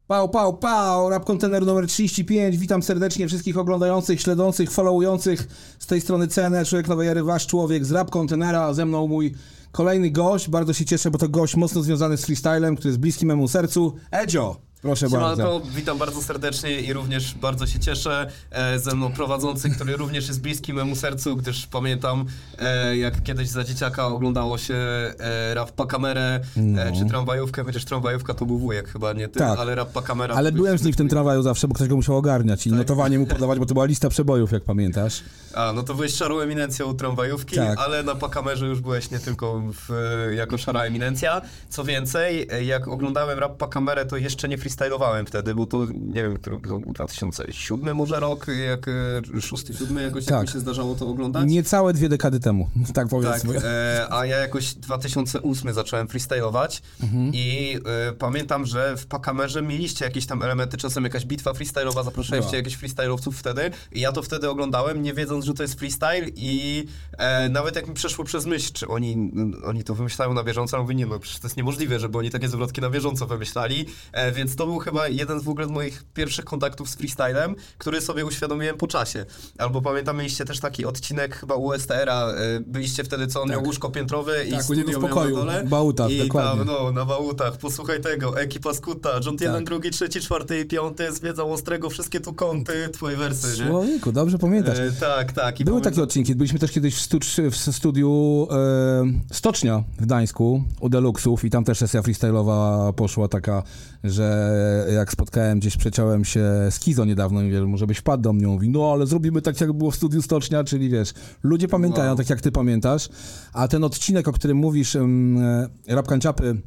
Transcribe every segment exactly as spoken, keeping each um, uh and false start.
Pał, pał, pał, Rap Kontener numer trzydzieści pięć. Witam serdecznie wszystkich oglądających, śledzących, followujących. Z tej strony C N E, Człowiek Nowej Ery, wasz człowiek z Rap Kontenera. Ze mną mój kolejny gość. Bardzo się cieszę, bo to gość mocno związany z freestylem, który jest bliski memu sercu. Edzio, proszę Siemanko, bardzo. Witam bardzo serdecznie i również bardzo się cieszę. E, ze mną prowadzący, który również jest bliski memu sercu, gdyż pamiętam, e, jak kiedyś za dzieciaka oglądało się e, Rap Pa Kamerę, no. e, czy tramwajówkę, chociaż tramwajówka to był wujek chyba, nie ty, Tak. ale Rap Pa Kamera... Ale byłem z nim w tym twój... tramwaju zawsze, bo ktoś go musiał ogarniać i tak. Notowanie mu podawać, bo to była lista przebojów, jak pamiętasz. A, no to byłeś szarą eminencją tramwajówki, tak. Ale na Pa Kamerze już byłeś nie tylko w, jako szara eminencja. Co więcej, jak oglądałem Rap Pa Kamerę, to jeszcze nie freestylowałem wtedy, bo to, nie wiem, który był dwa tysiące siódmy może rok, jak szósty, siódmy jakoś tak. Jak mi się zdarzało to oglądać. Niecałe dwie dekady temu, tak powiedzmy. Tak, e, a ja jakoś dwa tysiące ósmy zacząłem freestylować mhm. i e, pamiętam, że w Pa Kamerze mieliście jakieś tam elementy, czasem jakaś bitwa freestylowa, zapraszaliście no. jakichś freestylowców wtedy i ja to wtedy oglądałem, nie wiedząc, że to jest freestyle i e, nawet jak mi przeszło przez myśl, czy oni, oni to wymyślają na bieżąco, ale mówię, nie no, przecież to jest niemożliwe, żeby oni takie zwrotki na bieżąco wymyślali, e, więc to był chyba jeden z w ogóle z moich pierwszych kontaktów z freestylem, który sobie uświadomiłem po czasie. Albo pamiętam, mieliście też taki odcinek chyba u S T R-a, byliście wtedy, co on tak. miał łóżko piętrowe i tak, studio w pokoju, miał na dole. Bałutach, i dokładnie. tam, no, na Bałutach, posłuchaj tego, ekipa Skuta, John tak. jeden, drugi, trzeci, czwarty i piąty, zwiedzał Ostrego, wszystkie tu kąty, twoje wersy, nie? Człowieku, dobrze pamiętasz. E, tak, tak. I Były pamiętam... takie odcinki, byliśmy też kiedyś w, stu, w studiu e, Stocznia w Gdańsku, u Deluxów i tam też sesja freestyle'owa poszła taka, że jak spotkałem gdzieś, przeciąłem się z Kizo niedawno i wiesz, może byś wpadł do mnie, mówi, no ale zrobimy tak, jak było w studiu Stocznia, czyli wiesz, ludzie pamiętają, wow. tak jak ty pamiętasz, a ten odcinek, o którym mówisz, um, Rap Kanciapy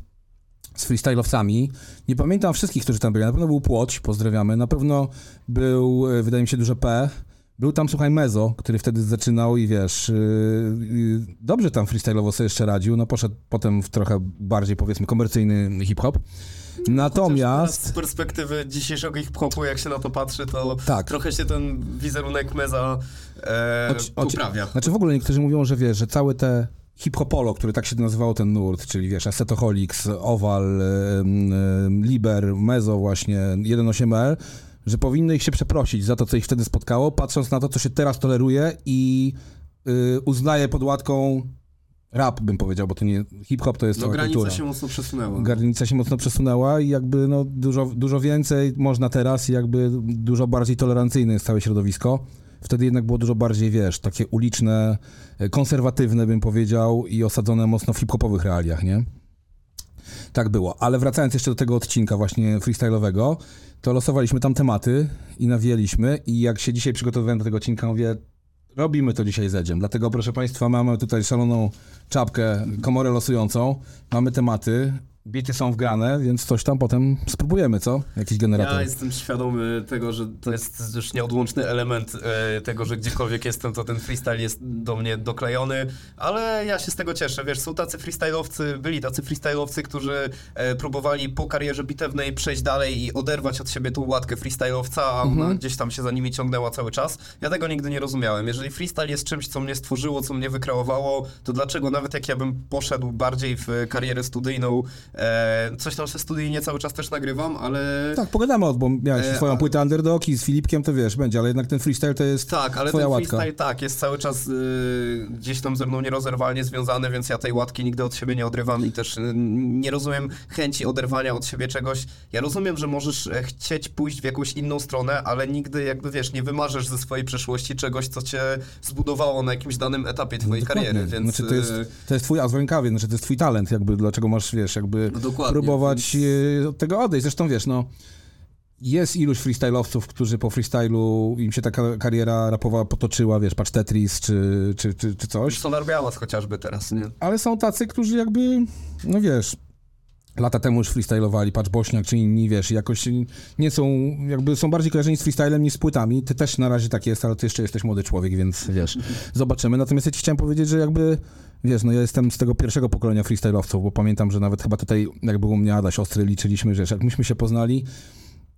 z freestylowcami, nie pamiętam wszystkich, którzy tam byli, na pewno był Płoć, pozdrawiamy, na pewno był, wydaje mi się, duże P, był tam, słuchaj, Mezo, który wtedy zaczynał i wiesz, yy, yy, dobrze tam freestyle'owo sobie jeszcze radził, no poszedł potem w trochę bardziej, powiedzmy, komercyjny hip-hop. Natomiast... Z perspektywy dzisiejszego hip-hopu, jak się na to patrzy, to tak. trochę się ten wizerunek Meza e, oci, oci, poprawia. Znaczy w ogóle niektórzy mówią, że wiesz, że całe te hip-hopolo, który tak się nazywał ten nurt, czyli wiesz, Acetoholics, Owal, y, y, Liber, Mezo właśnie, jeden osiem L, że powinny ich się przeprosić za to, co ich wtedy spotkało, patrząc na to, co się teraz toleruje i y, uznaje pod łatką rap, bym powiedział, bo to nie hip-hop, to jest no, cała granica kultura. się mocno przesunęła. Granica się mocno przesunęła i jakby no dużo, dużo więcej można teraz i jakby dużo bardziej tolerancyjne jest całe środowisko. Wtedy jednak było dużo bardziej, wiesz, takie uliczne, konserwatywne, bym powiedział, i osadzone mocno w hip-hopowych realiach, nie? Tak było. Ale wracając jeszcze do tego odcinka właśnie freestyle'owego, to losowaliśmy tam tematy i nawijaliśmy i jak się dzisiaj przygotowywałem do tego odcinka, mówię, robimy to dzisiaj z Edziem. Dlatego, proszę Państwa, mamy tutaj szaloną czapkę, komorę losującą, mamy tematy, bity są wgrane, więc coś tam potem spróbujemy, co? Jakiś generator. Ja jestem świadomy tego, że to jest już nieodłączny element e, tego, że gdziekolwiek jestem, to ten freestyle jest do mnie doklejony, ale ja się z tego cieszę. Wiesz, są tacy freestylowcy, byli tacy freestylowcy, którzy e, próbowali po karierze bitewnej przejść dalej i oderwać od siebie tą łatkę freestylowca, a ona mhm. gdzieś tam się za nimi ciągnęła cały czas. Ja tego nigdy nie rozumiałem. Jeżeli freestyle jest czymś, co mnie stworzyło, co mnie wykreowało, to dlaczego nawet jak ja bym poszedł bardziej w karierę studyjną, E, coś tam ze studyjnie cały czas też nagrywam, ale... Tak, pogadamy, bo miałeś e, swoją płytę Underdog i z Filipkiem, to wiesz, będzie, ale jednak ten freestyle to jest tak, ale twoja ten łatka. freestyle tak, jest cały czas y, gdzieś tam ze mną nierozerwalnie związany, więc ja tej łatki nigdy od siebie nie odrywam i też y, nie rozumiem chęci oderwania od siebie czegoś. Ja rozumiem, że możesz chcieć pójść w jakąś inną stronę, ale nigdy jakby, wiesz, nie wymarzesz ze swojej przeszłości czegoś, co cię zbudowało na jakimś danym etapie twojej no, kariery, więc... Znaczy, to jest, to jest twój as w rękawie, znaczy to jest twój talent, jakby, dlaczego masz, wiesz, jakby... No, próbować więc... od tego odejść. Zresztą wiesz, no jest iluś freestyle'owców, którzy po freestylu im się taka kariera rapowa potoczyła, wiesz, patrz Tetris czy, czy, czy, czy coś. Solar Białas chociażby teraz, nie? Ale są tacy, którzy jakby, no wiesz, lata temu już freestylowali, patrz Bośniak czy inni, wiesz, jakoś nie są, jakby są bardziej kojarzeni z freestylem niż z płytami. Ty też na razie tak jest, ale ty jeszcze jesteś młody człowiek, więc wiesz, zobaczymy. Natomiast ja ci chciałem powiedzieć, że jakby wiesz, no ja jestem z tego pierwszego pokolenia freestyle'owców, bo pamiętam, że nawet chyba tutaj, jak był u mnie Adaś Ostry, liczyliśmy, że jak myśmy się poznali,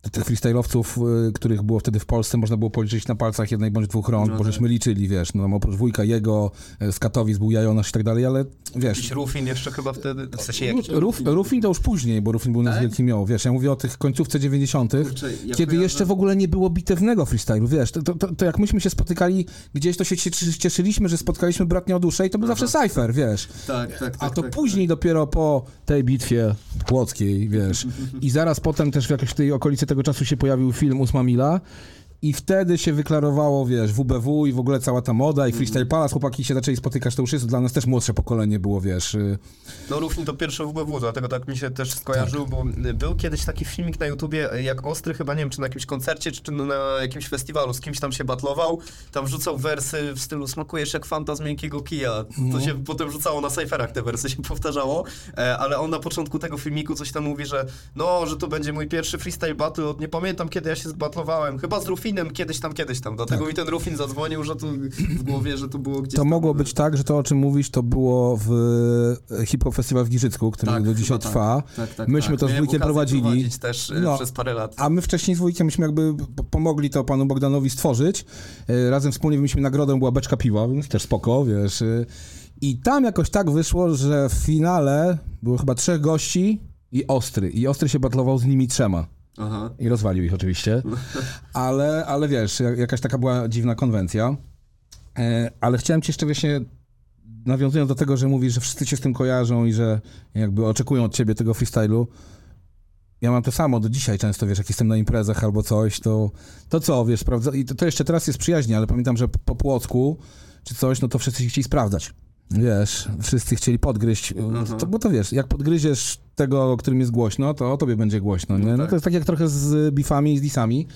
tych freestyle'owców, y, których było wtedy w Polsce, można było policzyć na palcach jednej bądź dwóch rąk, no bo żeśmy liczyli, wiesz, no oprócz Wujka jego, z Katowic był Jajonasz i tak dalej, ale wiesz... Jakiś Rufin jeszcze chyba wtedy, w sensie jakiś... Ruf, Rufin to już później, bo Rufin był na tak? Wielkim Ją, wiesz, ja mówię o tych końcówce dziewięćdziesiątych, Kurczę, ja kiedy jeszcze w ogóle nie było bitewnego freestylu, wiesz, to, to, to, to jak myśmy się spotykali gdzieś, to się cieszyliśmy, że spotkaliśmy bratnią duszę i to był Aha. zawsze cypher, wiesz. Tak, tak, tak. A to tak, później tak. dopiero po tej bitwie płockiej, wiesz, i zaraz potem też w jakiejś tej okolicy tego czasu się pojawił film Ósma Mila i wtedy się wyklarowało, wiesz, W B W i w ogóle cała ta moda i Freestyle Palace, chłopaki się zaczęli spotykać, to już jest dla nas też młodsze pokolenie było, wiesz. No Rufin to pierwsze W B W, dlatego tak mi się też skojarzył, tak. bo był kiedyś taki filmik na YouTubie, jak Ostry, chyba nie wiem, czy na jakimś koncercie, czy na jakimś festiwalu, z kimś tam się batlował, tam wrzucał wersy w stylu smakujesz jak fanta z miękkiego kija. No. To się potem rzucało na cypherach, te wersy się powtarzało, ale on na początku tego filmiku coś tam mówi, że no, że to będzie mój pierwszy freestyle battle, nie pamiętam kiedy ja się zbatlowałem, chyba z Rufinem kiedyś tam, kiedyś tam. Dlatego tak. mi ten Rufin zadzwonił, że to w głowie, że to było gdzieś To tam. mogło być tak, że to, o czym mówisz, to było w Hip Hop Festival w Giżycku, który tak, do dzisiaj tak. trwa. Tak, tak, Myśmy tak. to z Miałem Wujkiem prowadzili. też no, przez parę lat. A my wcześniej z Wujkiem myśmy jakby pomogli to panu Bogdanowi stworzyć. Razem wspólnie mieliśmy nagrodę, była beczka piwa, więc też spoko, wiesz. I tam jakoś tak wyszło, że w finale było chyba trzech gości i Ostry. I Ostry się batlował z nimi trzema. Aha. I rozwalił ich oczywiście, ale, ale wiesz, jakaś taka była dziwna konwencja. E, ale chciałem ci jeszcze właśnie, nawiązując do tego, że mówisz, że wszyscy cię z tym kojarzą i że jakby oczekują od ciebie tego freestylu. Ja mam to samo do dzisiaj często, wiesz, jak jestem na imprezach albo coś, to, to co, wiesz, sprawdza... I to, to jeszcze teraz jest przyjaźnie, ale pamiętam, że po, po Płocku czy coś, no to wszyscy się chcieli sprawdzać. Wiesz, wszyscy chcieli podgryźć, to, bo to wiesz, jak podgryziesz tego, o którym jest głośno, to o tobie będzie głośno, nie? No, tak. No to jest tak jak trochę z bifami i z disami.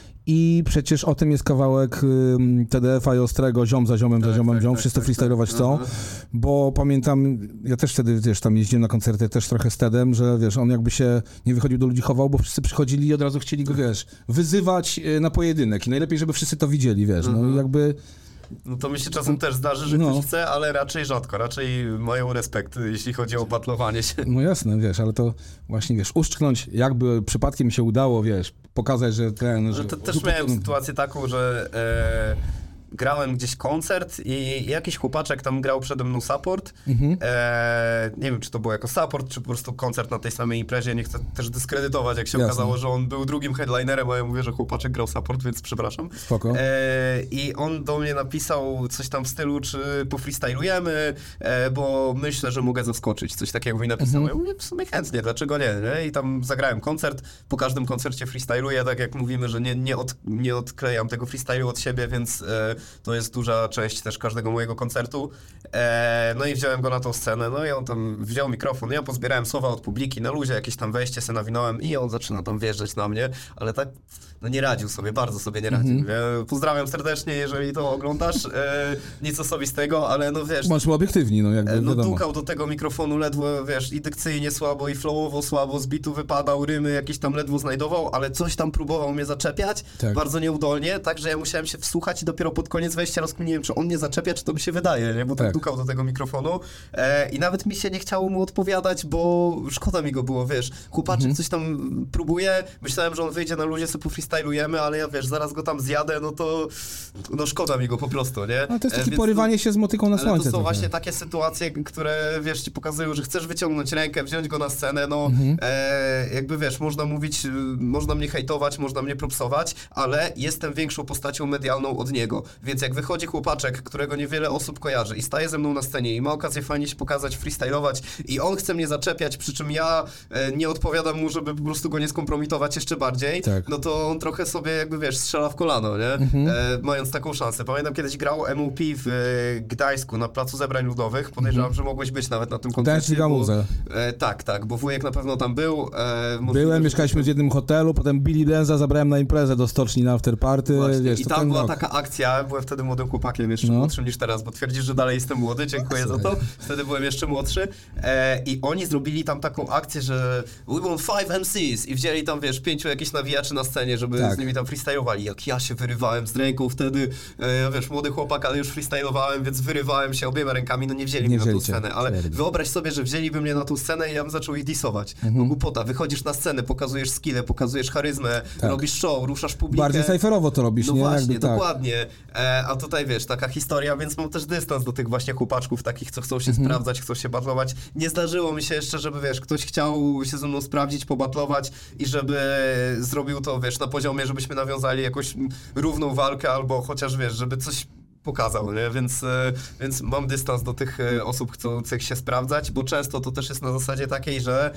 I przecież o tym jest kawałek y, T D F-a i Ostrego, ziom za ziomem, tak, za ziomem, tak, ziom, tak, wszyscy tak, freestylować tak, chcą, aha. bo pamiętam, ja też wtedy, wiesz, tam jeździłem na koncerty też trochę z Tedem, że wiesz, on jakby się nie wychodził do ludzi, chował, bo wszyscy przychodzili i od razu chcieli go, wiesz, wyzywać na pojedynek i najlepiej, żeby wszyscy to widzieli, wiesz, no i jakby... No to mi się czasem też zdarzy, że no. ktoś chce, ale raczej rzadko, raczej mają respekt, jeśli chodzi o batlowanie się. No jasne, wiesz, ale to właśnie, wiesz, uszczknąć, jakby przypadkiem się udało, wiesz, pokazać, że ten... Że... To też miałem sytuację taką, że e, grałem gdzieś koncert i jakiś chłopaczek tam grał przede mną support. Mhm. E, nie wiem, czy to było jako support, czy po prostu koncert na tej samej imprezie. Nie chcę też dyskredytować, jak się Jasne. okazało, że on był drugim headlinerem, a ja mówię, że chłopaczek grał support, więc przepraszam. Spoko. E, I on do mnie napisał coś tam w stylu, czy pofreestylujemy, e, bo myślę, że mogę zaskoczyć. Coś takiego mi napisał. Mhm. Ja mówię, w sumie chętnie, dlaczego nie, nie? I tam zagrałem koncert. Po każdym koncercie freestyluję, tak jak mówimy, że nie, nie, od, nie odklejam tego freestylu od siebie, więc e, to jest duża część też każdego mojego koncertu. E, no i wziąłem go na tą scenę, no i on tam wziął mikrofon, ja pozbierałem słowa od publiki, na luzie jakieś tam wejście se nawinąłem i on zaczyna tam wjeżdżać na mnie, ale tak no nie radził sobie, bardzo sobie nie radził. Mm-hmm. Pozdrawiam serdecznie, jeżeli to oglądasz, e, nic osobistego, ale no wiesz... Bądźmy obiektywni, no jakby No wiadomo. dukał do tego mikrofonu ledwo, wiesz, i dykcyjnie słabo, i flowowo słabo, z bitu wypadał, rymy jakieś tam ledwo znajdował, ale coś tam próbował mnie zaczepiać, tak. bardzo nieudolnie, także ja musiałem się wsłuchać i dopiero pod koniec wejścia rozkminiłem, czy on mnie zaczepia, czy to mi się wydaje, nie? Bo tak, tak dukał do tego mikrofonu e, i nawet mi się nie chciało mu odpowiadać, bo szkoda mi go było, wiesz, chłopaczek mhm. coś tam próbuje, myślałem, że on wyjdzie na luzie, sobie freestylujemy, ale ja, wiesz, zaraz go tam zjadę, no to no szkoda mi go po prostu, nie? Ale to jest takie e, porywanie to, się z motyką na słońce. Ale to są trochę. właśnie takie sytuacje, które, wiesz, ci pokazują, że chcesz wyciągnąć rękę, wziąć go na scenę, no mhm. e, jakby, wiesz, można mówić, można mnie hejtować, można mnie propsować, ale jestem większą postacią medialną od niego, więc jak wychodzi chłopaczek, którego niewiele osób kojarzy i staje ze mną na scenie i ma okazję fajnie się pokazać, freestylować i on chce mnie zaczepiać, przy czym ja e, nie odpowiadam mu, żeby po prostu go nie skompromitować jeszcze bardziej, tak. no to on trochę sobie jakby, wiesz, strzela w kolano, nie? Mhm. E, mając taką szansę. Pamiętam, kiedyś grał M U P w e, Gdańsku na Placu Zebrań Ludowych. Podejrzewam, mhm. że mogłeś być nawet na tym koncercie. Bo, e, tak, tak, bo wujek na pewno tam był. E, Byłem, mieszkaliśmy w jednym hotelu, potem Billy Denza zabrałem na imprezę do stoczni na afterparty. Wiesz, I tam była rok. taka akcja, byłem wtedy młodym chłopakiem, jeszcze no. młodszym niż teraz, bo twierdzisz, że dalej jestem młody, dziękuję za to. Wtedy byłem jeszcze młodszy e, i oni zrobili tam taką akcję, że we want five M Cs i wzięli tam, wiesz, pięciu jakichś nawijaczy na scenie, żeby tak. z nimi tam freestylowali. Jak ja się wyrywałem z ręką wtedy, e, wiesz, młody chłopak, ale już freestylowałem, więc wyrywałem się obiema rękami, no nie wzięli nie mnie na tą scenę, ale Czerdy. Wyobraź sobie, że wzięliby mnie na tą scenę i ja bym zaczął ich disować. Mhm. No głupota, wychodzisz na scenę, pokazujesz skillę, pokazujesz charyzmę, tak. robisz show, ruszasz publikę. Bardziej cypherowo to robisz, no nie? No właśnie, Jakby dokładnie. Tak. E, a tutaj, wiesz, taka historia, więc mam też dystans do tych właśnie chłopaczków takich, co chcą się mhm. sprawdzać, chcą się batlować. Nie zdarzyło mi się jeszcze, żeby, wiesz, ktoś chciał się ze mną sprawdzić, pobatlować i żeby zrobił to, wiesz, na poziomie, żebyśmy nawiązali jakąś równą walkę albo chociaż, wiesz, żeby coś pokazał, nie? Więc, więc mam dystans do tych osób chcących się sprawdzać, bo często to też jest na zasadzie takiej, że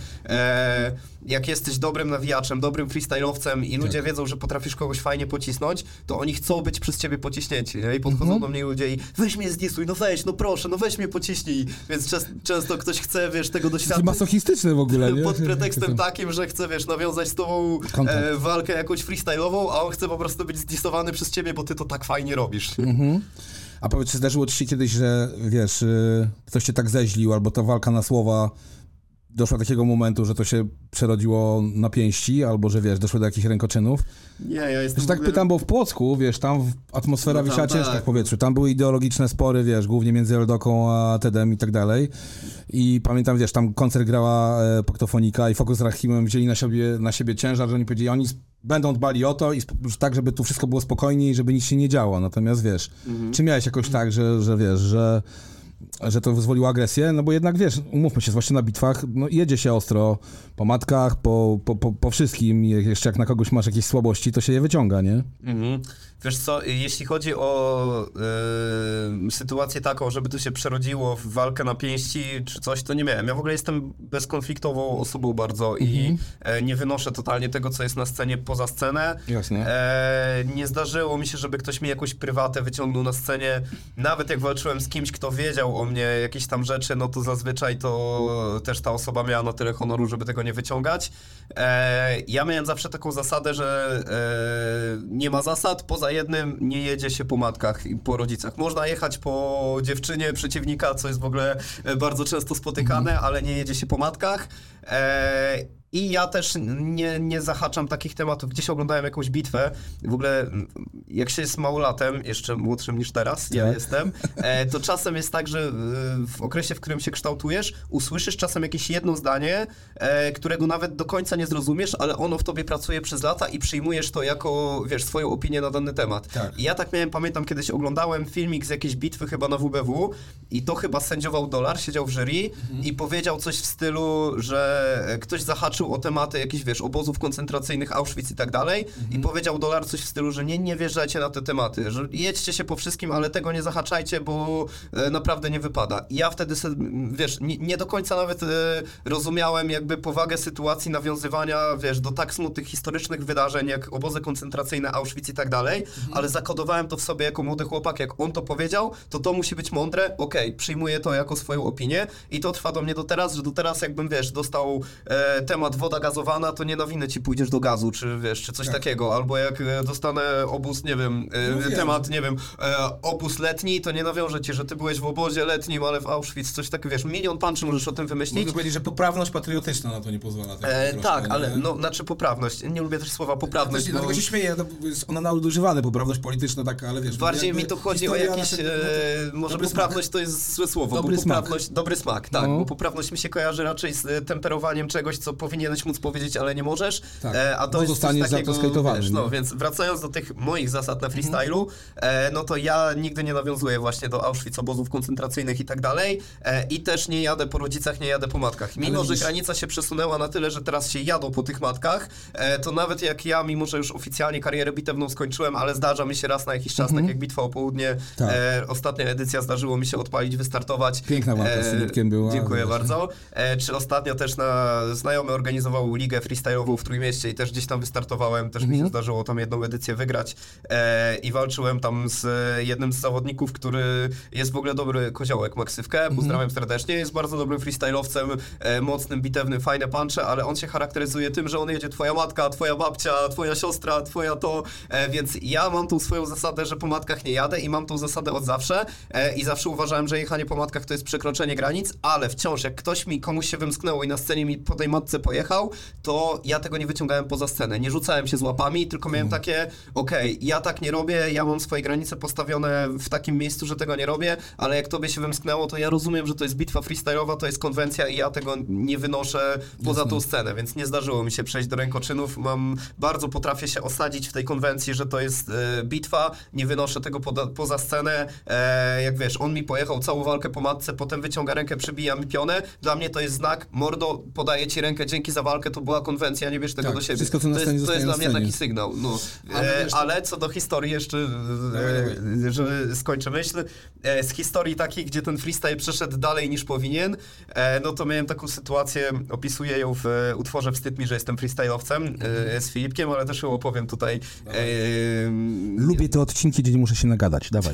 e, jak jesteś dobrym nawijaczem, dobrym freestylowcem i ludzie tak. wiedzą, że potrafisz kogoś fajnie pocisnąć, to oni chcą być przez ciebie pociśnięci, nie? I podchodzą mhm. do mnie ludzie i weź mnie zdisuj, no weź, no proszę, no weź mnie pociśnij. Więc czas, często ktoś chce, wiesz, tego doświadczyć. Masochistyczny w ogóle, nie? Pod pretekstem takim, że chce, wiesz, nawiązać z tobą e, walkę jakąś freestylową, a on chce po prostu być zdisowany przez ciebie, bo ty to tak fajnie robisz. Mhm. A powiedz, czy zdarzyło ci się kiedyś, że wiesz, ktoś cię tak zeźlił, albo ta walka na słowa doszła do takiego momentu, że to się przerodziło na pięści, albo że wiesz, doszło do jakichś rękoczynów? Nie, ja jestem... Że tak pytam, bo w Płocku, wiesz, tam atmosfera no wisiała ciężka tak. w powietrzu. Tam były ideologiczne spory, wiesz, głównie między Eldoką a Tedem i tak dalej. I pamiętam, wiesz, tam koncert grała e, Paktofonika i Focus z Rahimem wzięli na siebie, na siebie ciężar, że oni powiedzieli, oni będą dbali o to i sp- tak, żeby tu wszystko było spokojnie i żeby nic się nie działo. Natomiast wiesz, mhm. czy miałeś jakoś tak, że, że wiesz, że że to wyzwoliło agresję, no bo jednak wiesz, umówmy się, zwłaszcza na bitwach, no jedzie się ostro po matkach, po, po, po, po wszystkim, jeszcze jak na kogoś masz jakieś słabości, to się je wyciąga, nie? Mhm. Wiesz co, jeśli chodzi o yy, sytuację taką, żeby to się przerodziło w walkę na pięści czy coś, to nie miałem. Ja w ogóle jestem bezkonfliktową osobą bardzo mhm. i e, nie wynoszę totalnie tego, co jest na scenie poza scenę. Jasne. E, nie zdarzyło mi się, żeby ktoś mi jakąś prywatę wyciągnął na scenie. Nawet jak walczyłem z kimś, kto wiedział o mnie jakieś tam rzeczy, no to zazwyczaj to też ta osoba miała na tyle honoru, żeby tego nie wyciągać. E, ja miałem zawsze taką zasadę, że e, nie ma zasad, poza jednym nie jedzie się po matkach i po rodzicach. Można jechać po dziewczynie przeciwnika, co jest w ogóle bardzo często spotykane, mm. ale nie jedzie się po matkach. E, I ja też nie, nie zahaczam takich tematów. Gdzieś oglądałem jakąś bitwę. W ogóle jak się jest małolatem, jeszcze młodszym niż teraz, ja jestem, e, to czasem jest tak, że w okresie, w którym się kształtujesz, usłyszysz czasem jakieś jedno zdanie, e, którego nawet do końca nie zrozumiesz, ale ono w tobie pracuje przez lata i przyjmujesz to jako, wiesz, swoją opinię na dany temat. Tak. I ja tak miałem, pamiętam, kiedyś oglądałem filmik z jakiejś bitwy chyba na W B W i to chyba sędziował Dolar, siedział w jury mhm. i powiedział coś w stylu, że ktoś zahaczył o tematy jakichś, wiesz, obozów koncentracyjnych, Auschwitz i tak dalej mhm. i powiedział Dolar coś w stylu, że nie, nie wjeżdżajcie na te tematy, że jedźcie się po wszystkim, ale tego nie zahaczajcie, bo e, naprawdę nie wypada. I ja wtedy, se, wiesz, nie, nie do końca nawet e, rozumiałem jakby powagę sytuacji nawiązywania, wiesz, do tak smutnych historycznych wydarzeń, jak obozy koncentracyjne, Auschwitz i tak dalej, mhm. ale zakodowałem to w sobie jako młody chłopak, jak on to powiedział, to to musi być mądre, okej, okay, przyjmuję to jako swoją opinię i to trwa do mnie do teraz, że do teraz jakbym, wiesz, dostał e, temat woda gazowana, to nie na winę ci pójdziesz do gazu, czy wiesz, czy coś tak. takiego, albo jak dostanę obóz, nie wiem, no temat, wiem. nie wiem, e, obóz letni, to nie nawiążę ci, że ty byłeś w obozie letnim, ale w Auschwitz, coś takiego, wiesz, milion punch możesz o tym wymyślić. Mogę powiedzieć, że poprawność patriotyczna na to nie pozwala. Tak, e, tak ale, nie? no, znaczy poprawność, nie lubię też słowa poprawność. Ja też, bo... się śmieję, no, jest ona nadużywana, poprawność polityczna taka, ale wiesz... Bardziej mi to chodzi o jakieś, e, może poprawność smak. To jest złe słowo, dobry bo poprawność, smak. dobry smak, tak, no. No. bo poprawność mi się kojarzy raczej z temperowaniem czegoś, co powinieneś móc powiedzieć, ale nie możesz, tak. e, a to no, jest zostaniesz coś takiego, za to skejtowany, wiesz, no, więc wracając do tych moich zasad na freestylu, e, no to ja nigdy nie nawiązuję właśnie do Auschwitz, obozów koncentracyjnych i tak dalej e, i też nie jadę po rodzicach, nie jadę po matkach. Mimo, ale że widzisz... granica się przesunęła na tyle, że teraz się jadą po tych matkach, e, to nawet jak ja, mimo że już oficjalnie karierę bitewną skończyłem, ale zdarza mi się raz na jakiś czas, mhm. tak jak Bitwa o Południe, tak. e, ostatnia edycja zdarzyło mi się odpalić, wystartować. Piękna walka e, z Filipkiem była. Dziękuję bardzo. E, czy ostatnio też na znajomy organizator organizował ligę freestyle'ową w Trójmieście i też gdzieś tam wystartowałem, też mm-hmm. mi się zdarzyło tam jedną edycję wygrać e, i walczyłem tam z jednym z zawodników, który jest w ogóle dobry, Koziołek Maksywkę, mm-hmm. pozdrawiam serdecznie, jest bardzo dobrym freestyle'owcem, e, mocnym, bitewnym, fajne punche, ale on się charakteryzuje tym, że on jedzie twoja matka, twoja babcia, twoja siostra, twoja to, e, więc ja mam tą swoją zasadę, że po matkach nie jadę i mam tą zasadę od zawsze e, i zawsze uważałem, że jechanie po matkach to jest przekroczenie granic, ale wciąż jak ktoś mi, komuś się wymsknęło i na scenie mi po tej matce pojechał, to ja tego nie wyciągałem poza scenę, nie rzucałem się z łapami, tylko miałem mm. takie, okej, okay, ja tak nie robię, ja mam swoje granice postawione w takim miejscu, że tego nie robię, ale jak tobie się wymsknęło, to ja rozumiem, że to jest bitwa freestyle'owa, to jest konwencja i ja tego nie wynoszę poza Jasne. tą scenę, więc nie zdarzyło mi się przejść do rękoczynów, mam, bardzo potrafię się osadzić w tej konwencji, że to jest e, bitwa, nie wynoszę tego poda, poza scenę, e, jak wiesz, on mi pojechał całą walkę po matce, potem wyciąga rękę, przybija mi pionę, dla mnie to jest znak, mordo, podaję ci rękę, dzięki za walkę, to była konwencja, nie bierz tego tak, do siebie. Wszystko, co na to jest, to jest dla mnie scenie. taki sygnał. No. Ale, e, ale co do historii jeszcze, e, że skończę myśl, e, z historii takiej, gdzie ten freestyle przeszedł dalej niż powinien, e, no to miałem taką sytuację, opisuję ją w e, utworze Wstyd mi, że jestem freestyle'owcem e, z Filipkiem, ale też ją opowiem tutaj. E, Lubię te odcinki, gdzie nie muszę się nagadać, dawaj.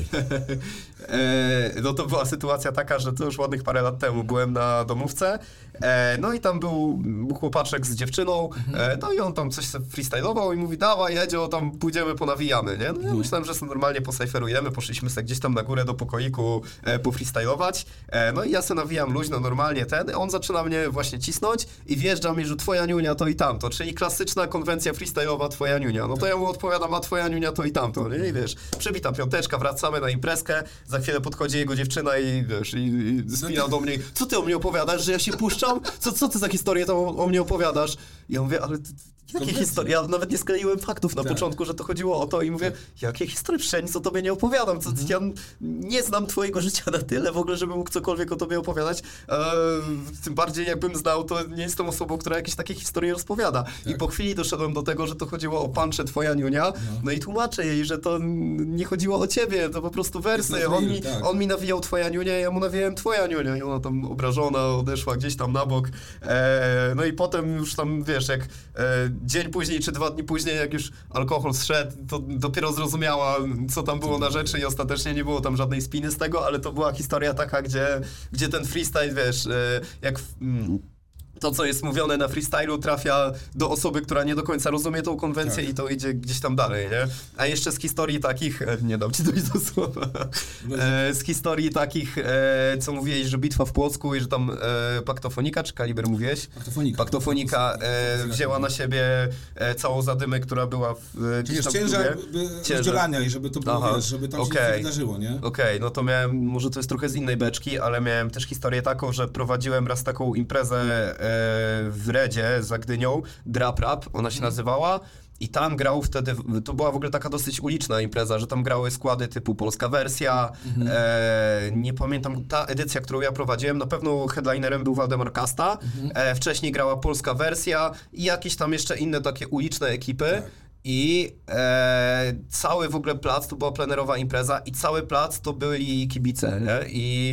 e, no to była sytuacja taka, że to już ładnych parę lat temu byłem na domówce, e, no i tam był chłopaczek z dziewczyną, e, no i on tam coś sobie freestyle'ował i mówi, dawaj, jedzie, tam pójdziemy, ponawijamy, nie? No ja myślałem, że sobie normalnie posajferujemy, poszliśmy sobie gdzieś tam na górę do pokoiku e, pofreestylować, e, no i ja sobie nawijam luźno, normalnie ten, on zaczyna mnie właśnie cisnąć i wjeżdża mi, że twoja niunia to i tamto, czyli klasyczna konwencja freestyle'owa twoja niunia, no to ja mu odpowiadam, a twoja niunia to i tamto, nie? I wiesz, przebita piąteczka, wracamy na imprezkę, za chwilę podchodzi jego dziewczyna i wiesz, i, i spina do mnie, co ty o mnie opowiadasz, że ja się puszczam? Co, co ty za historię tam o, o mnie opowiadasz? I ja mówię, ale jakie historie? Ja nawet nie skleiłem faktów na tak. początku, że to chodziło o to i mówię, jakie historie? Przecież nic o tobie nie opowiadam. Co, mhm. Ja nie znam twojego życia na tyle w ogóle, żebym mógł cokolwiek o tobie opowiadać. Eee, tym bardziej jakbym znał, to nie jestem osobą, która jakieś takie historie rozpowiada. Tak. I po chwili doszedłem do tego, że to chodziło o punche twoja niunia, no. no i tłumaczę jej, że to nie chodziło o ciebie, to po prostu wersy. On mi, tak. on mi nawijał twoja niunia, ja mu nawijałem twoja niunia i ona tam obrażona odeszła gdzieś tam na bok. Eee, no i potem już tam, wiesz, jak e, dzień później czy dwa dni później, jak już alkohol zszedł, to dopiero zrozumiała, co tam było na rzeczy i ostatecznie nie było tam żadnej spiny z tego, ale to była historia taka, gdzie, gdzie ten freestyle, wiesz, e, jak... W, mm, to, co jest mówione na freestylu, trafia do osoby, która nie do końca rozumie tą konwencję tak. i to idzie gdzieś tam dalej, nie? A jeszcze z historii takich, e, nie dam ci dojść do słowa, e, z historii takich, e, co mówiłeś, że bitwa w Płocku i że tam e, Paktofonika, czy Kaliber mówiłeś? Paktofonika. Paktofonika e, wzięła na siebie e, całą zadymę, która była w, e, gdzieś tam ciężar rozdzielania i żeby to było, Aha. wiesz, żeby tam okay. się nie wydarzyło, nie? Okej, okay. no to miałem, może to jest trochę z innej beczki, ale miałem też historię taką, że prowadziłem raz taką imprezę e, w Redzie za Gdynią, Drap Rap, ona się nazywała. I tam grał wtedy, to była w ogóle taka dosyć uliczna impreza, że tam grały składy typu Polska Wersja, mhm. e, nie pamiętam, ta edycja, którą ja prowadziłem, na pewno headlinerem był Waldemar Kasta, mhm. e, wcześniej grała Polska Wersja i jakieś tam jeszcze inne takie uliczne ekipy. Tak. I e, cały w ogóle plac, to była plenerowa impreza i cały plac to byli kibice, nie? I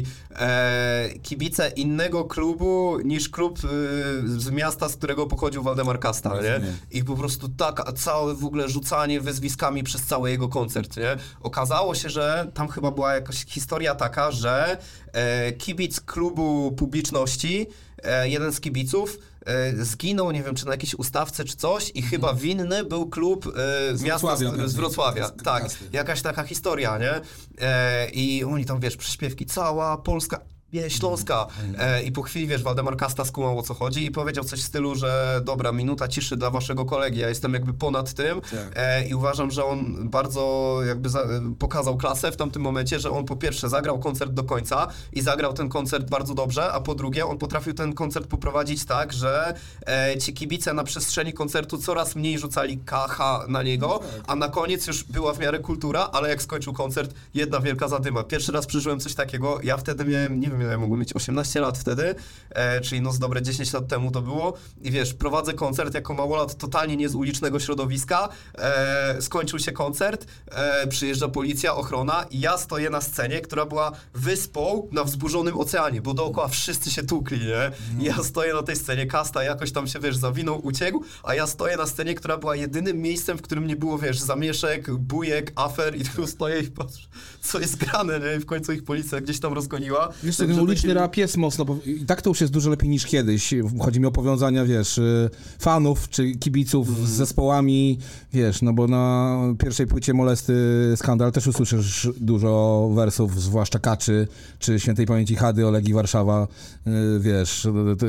e, kibice innego klubu niż klub y, z miasta, z którego pochodził Waldemar Kasta, nie? I po prostu tak, całe w ogóle rzucanie wyzwiskami przez cały jego koncert, nie? Okazało się, że tam chyba była jakaś historia taka, że e, kibic klubu publiczności, e, jeden z kibiców, zginął, nie wiem, czy na jakiejś ustawce, czy coś i chyba winny był klub e, z miasta z, z Wrocławia. Z, tak, jakaś taka historia, nie? E, I oni tam, wiesz, przyśpiewki, cała Polska, Śląska. E, I po chwili, wiesz, Waldemar Kasta skumał, o co chodzi i powiedział coś w stylu, że dobra, minuta ciszy dla waszego kolegi, ja jestem jakby ponad tym tak. e, i uważam, że on bardzo jakby za, pokazał klasę w tamtym momencie, że on po pierwsze zagrał koncert do końca i zagrał ten koncert bardzo dobrze, a po drugie on potrafił ten koncert poprowadzić tak, że e, ci kibice na przestrzeni koncertu coraz mniej rzucali kacha na niego, a na koniec już była w miarę kultura, ale jak skończył koncert, jedna wielka zadyma. Pierwszy raz przeżyłem coś takiego, ja wtedy miałem, nie wiem, ile mogłem mieć, osiemnaście lat wtedy, e, czyli no z dobre dziesięć lat temu to było i wiesz, prowadzę koncert jako małolat totalnie nie z ulicznego środowiska, e, skończył się koncert, e, przyjeżdża policja, ochrona i ja stoję na scenie, która była wyspą na wzburzonym oceanie, bo dookoła wszyscy się tukli, nie? I ja stoję na tej scenie, Kasta jakoś tam się, wiesz, zawinął, uciekł, a ja stoję na scenie, która była jedynym miejscem, w którym nie było, wiesz, zamieszek, bujek, afer i tu stoję i patrzę, co jest grane, nie? I w końcu ich policja gdzieś tam rozgoniła. Wiesz, ten uliczny taki... rap jest mocno, bo i tak to już jest dużo lepiej niż kiedyś. Chodzi mi o powiązania, wiesz, fanów czy kibiców mm. z zespołami, wiesz, no bo na pierwszej płycie Molesty Skandal też usłyszysz dużo wersów, zwłaszcza Kaczy, czy świętej pamięci Hady, Olegi Warszawa, wiesz,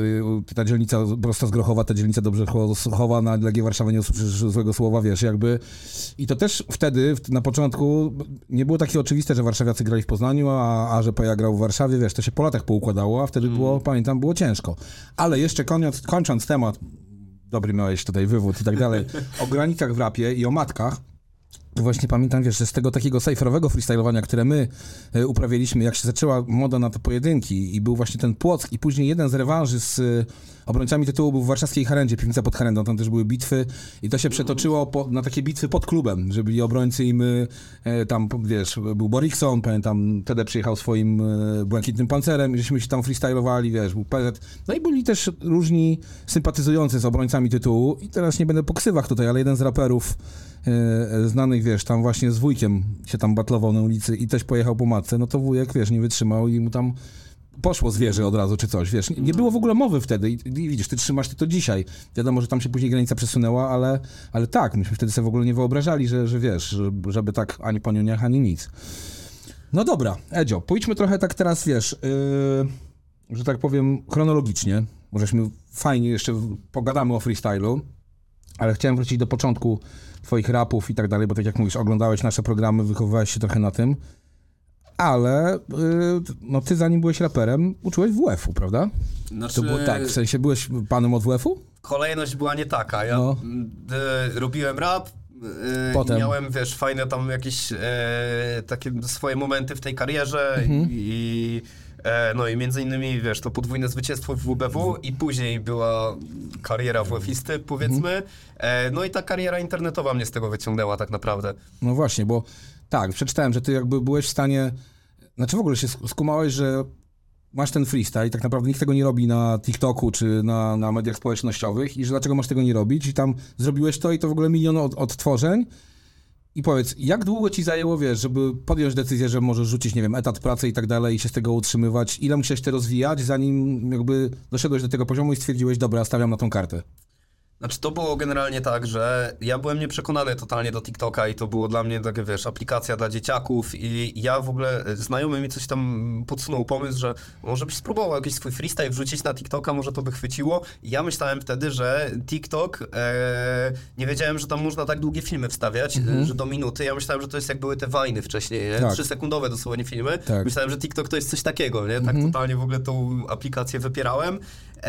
ta dzielnica prosto z Grochowa, ta dzielnica dobrze chowa, na Legię Warszawa nie usłyszysz złego słowa, wiesz, jakby. I to też wtedy, na początku, nie było takie oczywiste, że warszawiacy grali w Poznaniu, a, a że Peja grał w Warszawie, wiesz, to się po latach poukładało, a wtedy było, mm. pamiętam, było ciężko. Ale jeszcze kończąc, kończąc temat, dobry miałeś tutaj wywód i tak dalej, o granicach w rapie i o matkach, właśnie pamiętam, wiesz, że z tego takiego cypherowego freestylowania, które my y, uprawialiśmy, jak się zaczęła moda na te pojedynki i był właśnie ten Płock i później jeden z rewanży z y, obrońcami tytułu był w warszawskiej Harendzie, Piwnica pod Harendą, tam też były bitwy i to się przetoczyło po, na takie bitwy pod klubem, że byli obrońcy i my, y, tam, wiesz, był Borikson, pamiętam, Tede przyjechał swoim y, błękitnym pancerem i żeśmy się tam freestylowali, wiesz, był P Z. No i byli też różni sympatyzujący z obrońcami tytułu i teraz nie będę po ksywach tutaj, ale jeden z raperów znanych, wiesz, tam właśnie z wujkiem się tam batlował na ulicy i też pojechał po matce, no to wujek, wiesz, nie wytrzymał i mu tam poszło zwierzę od razu, czy coś, wiesz. Nie było w ogóle mowy wtedy i, i widzisz, ty trzymasz ty to dzisiaj. Wiadomo, że tam się później granica przesunęła, ale, ale tak, myśmy wtedy sobie w ogóle nie wyobrażali, że, że wiesz, że, żeby tak ani po niuniach, ani nic. No dobra, Edzio, pójdźmy trochę tak teraz, wiesz, yy, że tak powiem, chronologicznie, możeśmy fajnie jeszcze pogadamy o freestylu, ale chciałem wrócić do początku twoich rapów i tak dalej, bo tak jak mówisz, oglądałeś nasze programy, wychowywałeś się trochę na tym, ale yy, no ty zanim byłeś raperem, uczyłeś W F u, prawda? Znaczy... To było tak, w sensie byłeś panem od W F u? Kolejność była nie taka, ja no. y, robiłem rap, y, Potem. miałem, wiesz, fajne tam jakieś y, takie swoje momenty w tej karierze mhm. i no i między innymi, wiesz, to podwójne zwycięstwo w W B W i później była kariera W F isty, powiedzmy. No i ta kariera internetowa mnie z tego wyciągnęła tak naprawdę. No właśnie, bo tak, przeczytałem, że ty jakby byłeś w stanie, znaczy w ogóle się skumałeś, że masz ten freestyle i tak naprawdę nikt tego nie robi na TikToku czy na, na mediach społecznościowych i że dlaczego masz tego nie robić i tam zrobiłeś to i to w ogóle milion od, odtworzeń. I powiedz, jak długo ci zajęło, wiesz, żeby podjąć decyzję, że możesz rzucić, nie wiem, etat pracy i tak dalej i się z tego utrzymywać? Ile musiałeś to rozwijać, zanim jakby doszedłeś do tego poziomu i stwierdziłeś, dobra, stawiam na tą kartę? Znaczy to było generalnie tak, że ja byłem nieprzekonany totalnie do TikToka i to było dla mnie takie, wiesz, aplikacja dla dzieciaków i ja w ogóle, znajomy mi coś tam podsunął pomysł, że może byś spróbował jakiś swój freestyle wrzucić na TikToka, może to by chwyciło. I ja myślałem wtedy, że TikTok, e, nie wiedziałem, że tam można tak długie filmy wstawiać, mhm. że do minuty. Ja myślałem, że to jest jak były te Viny wcześniej, nie? Tak. Trzysekundowe dosłownie filmy. Tak. Myślałem, że TikTok to jest coś takiego, nie? Tak mhm. totalnie w ogóle tą aplikację wypierałem.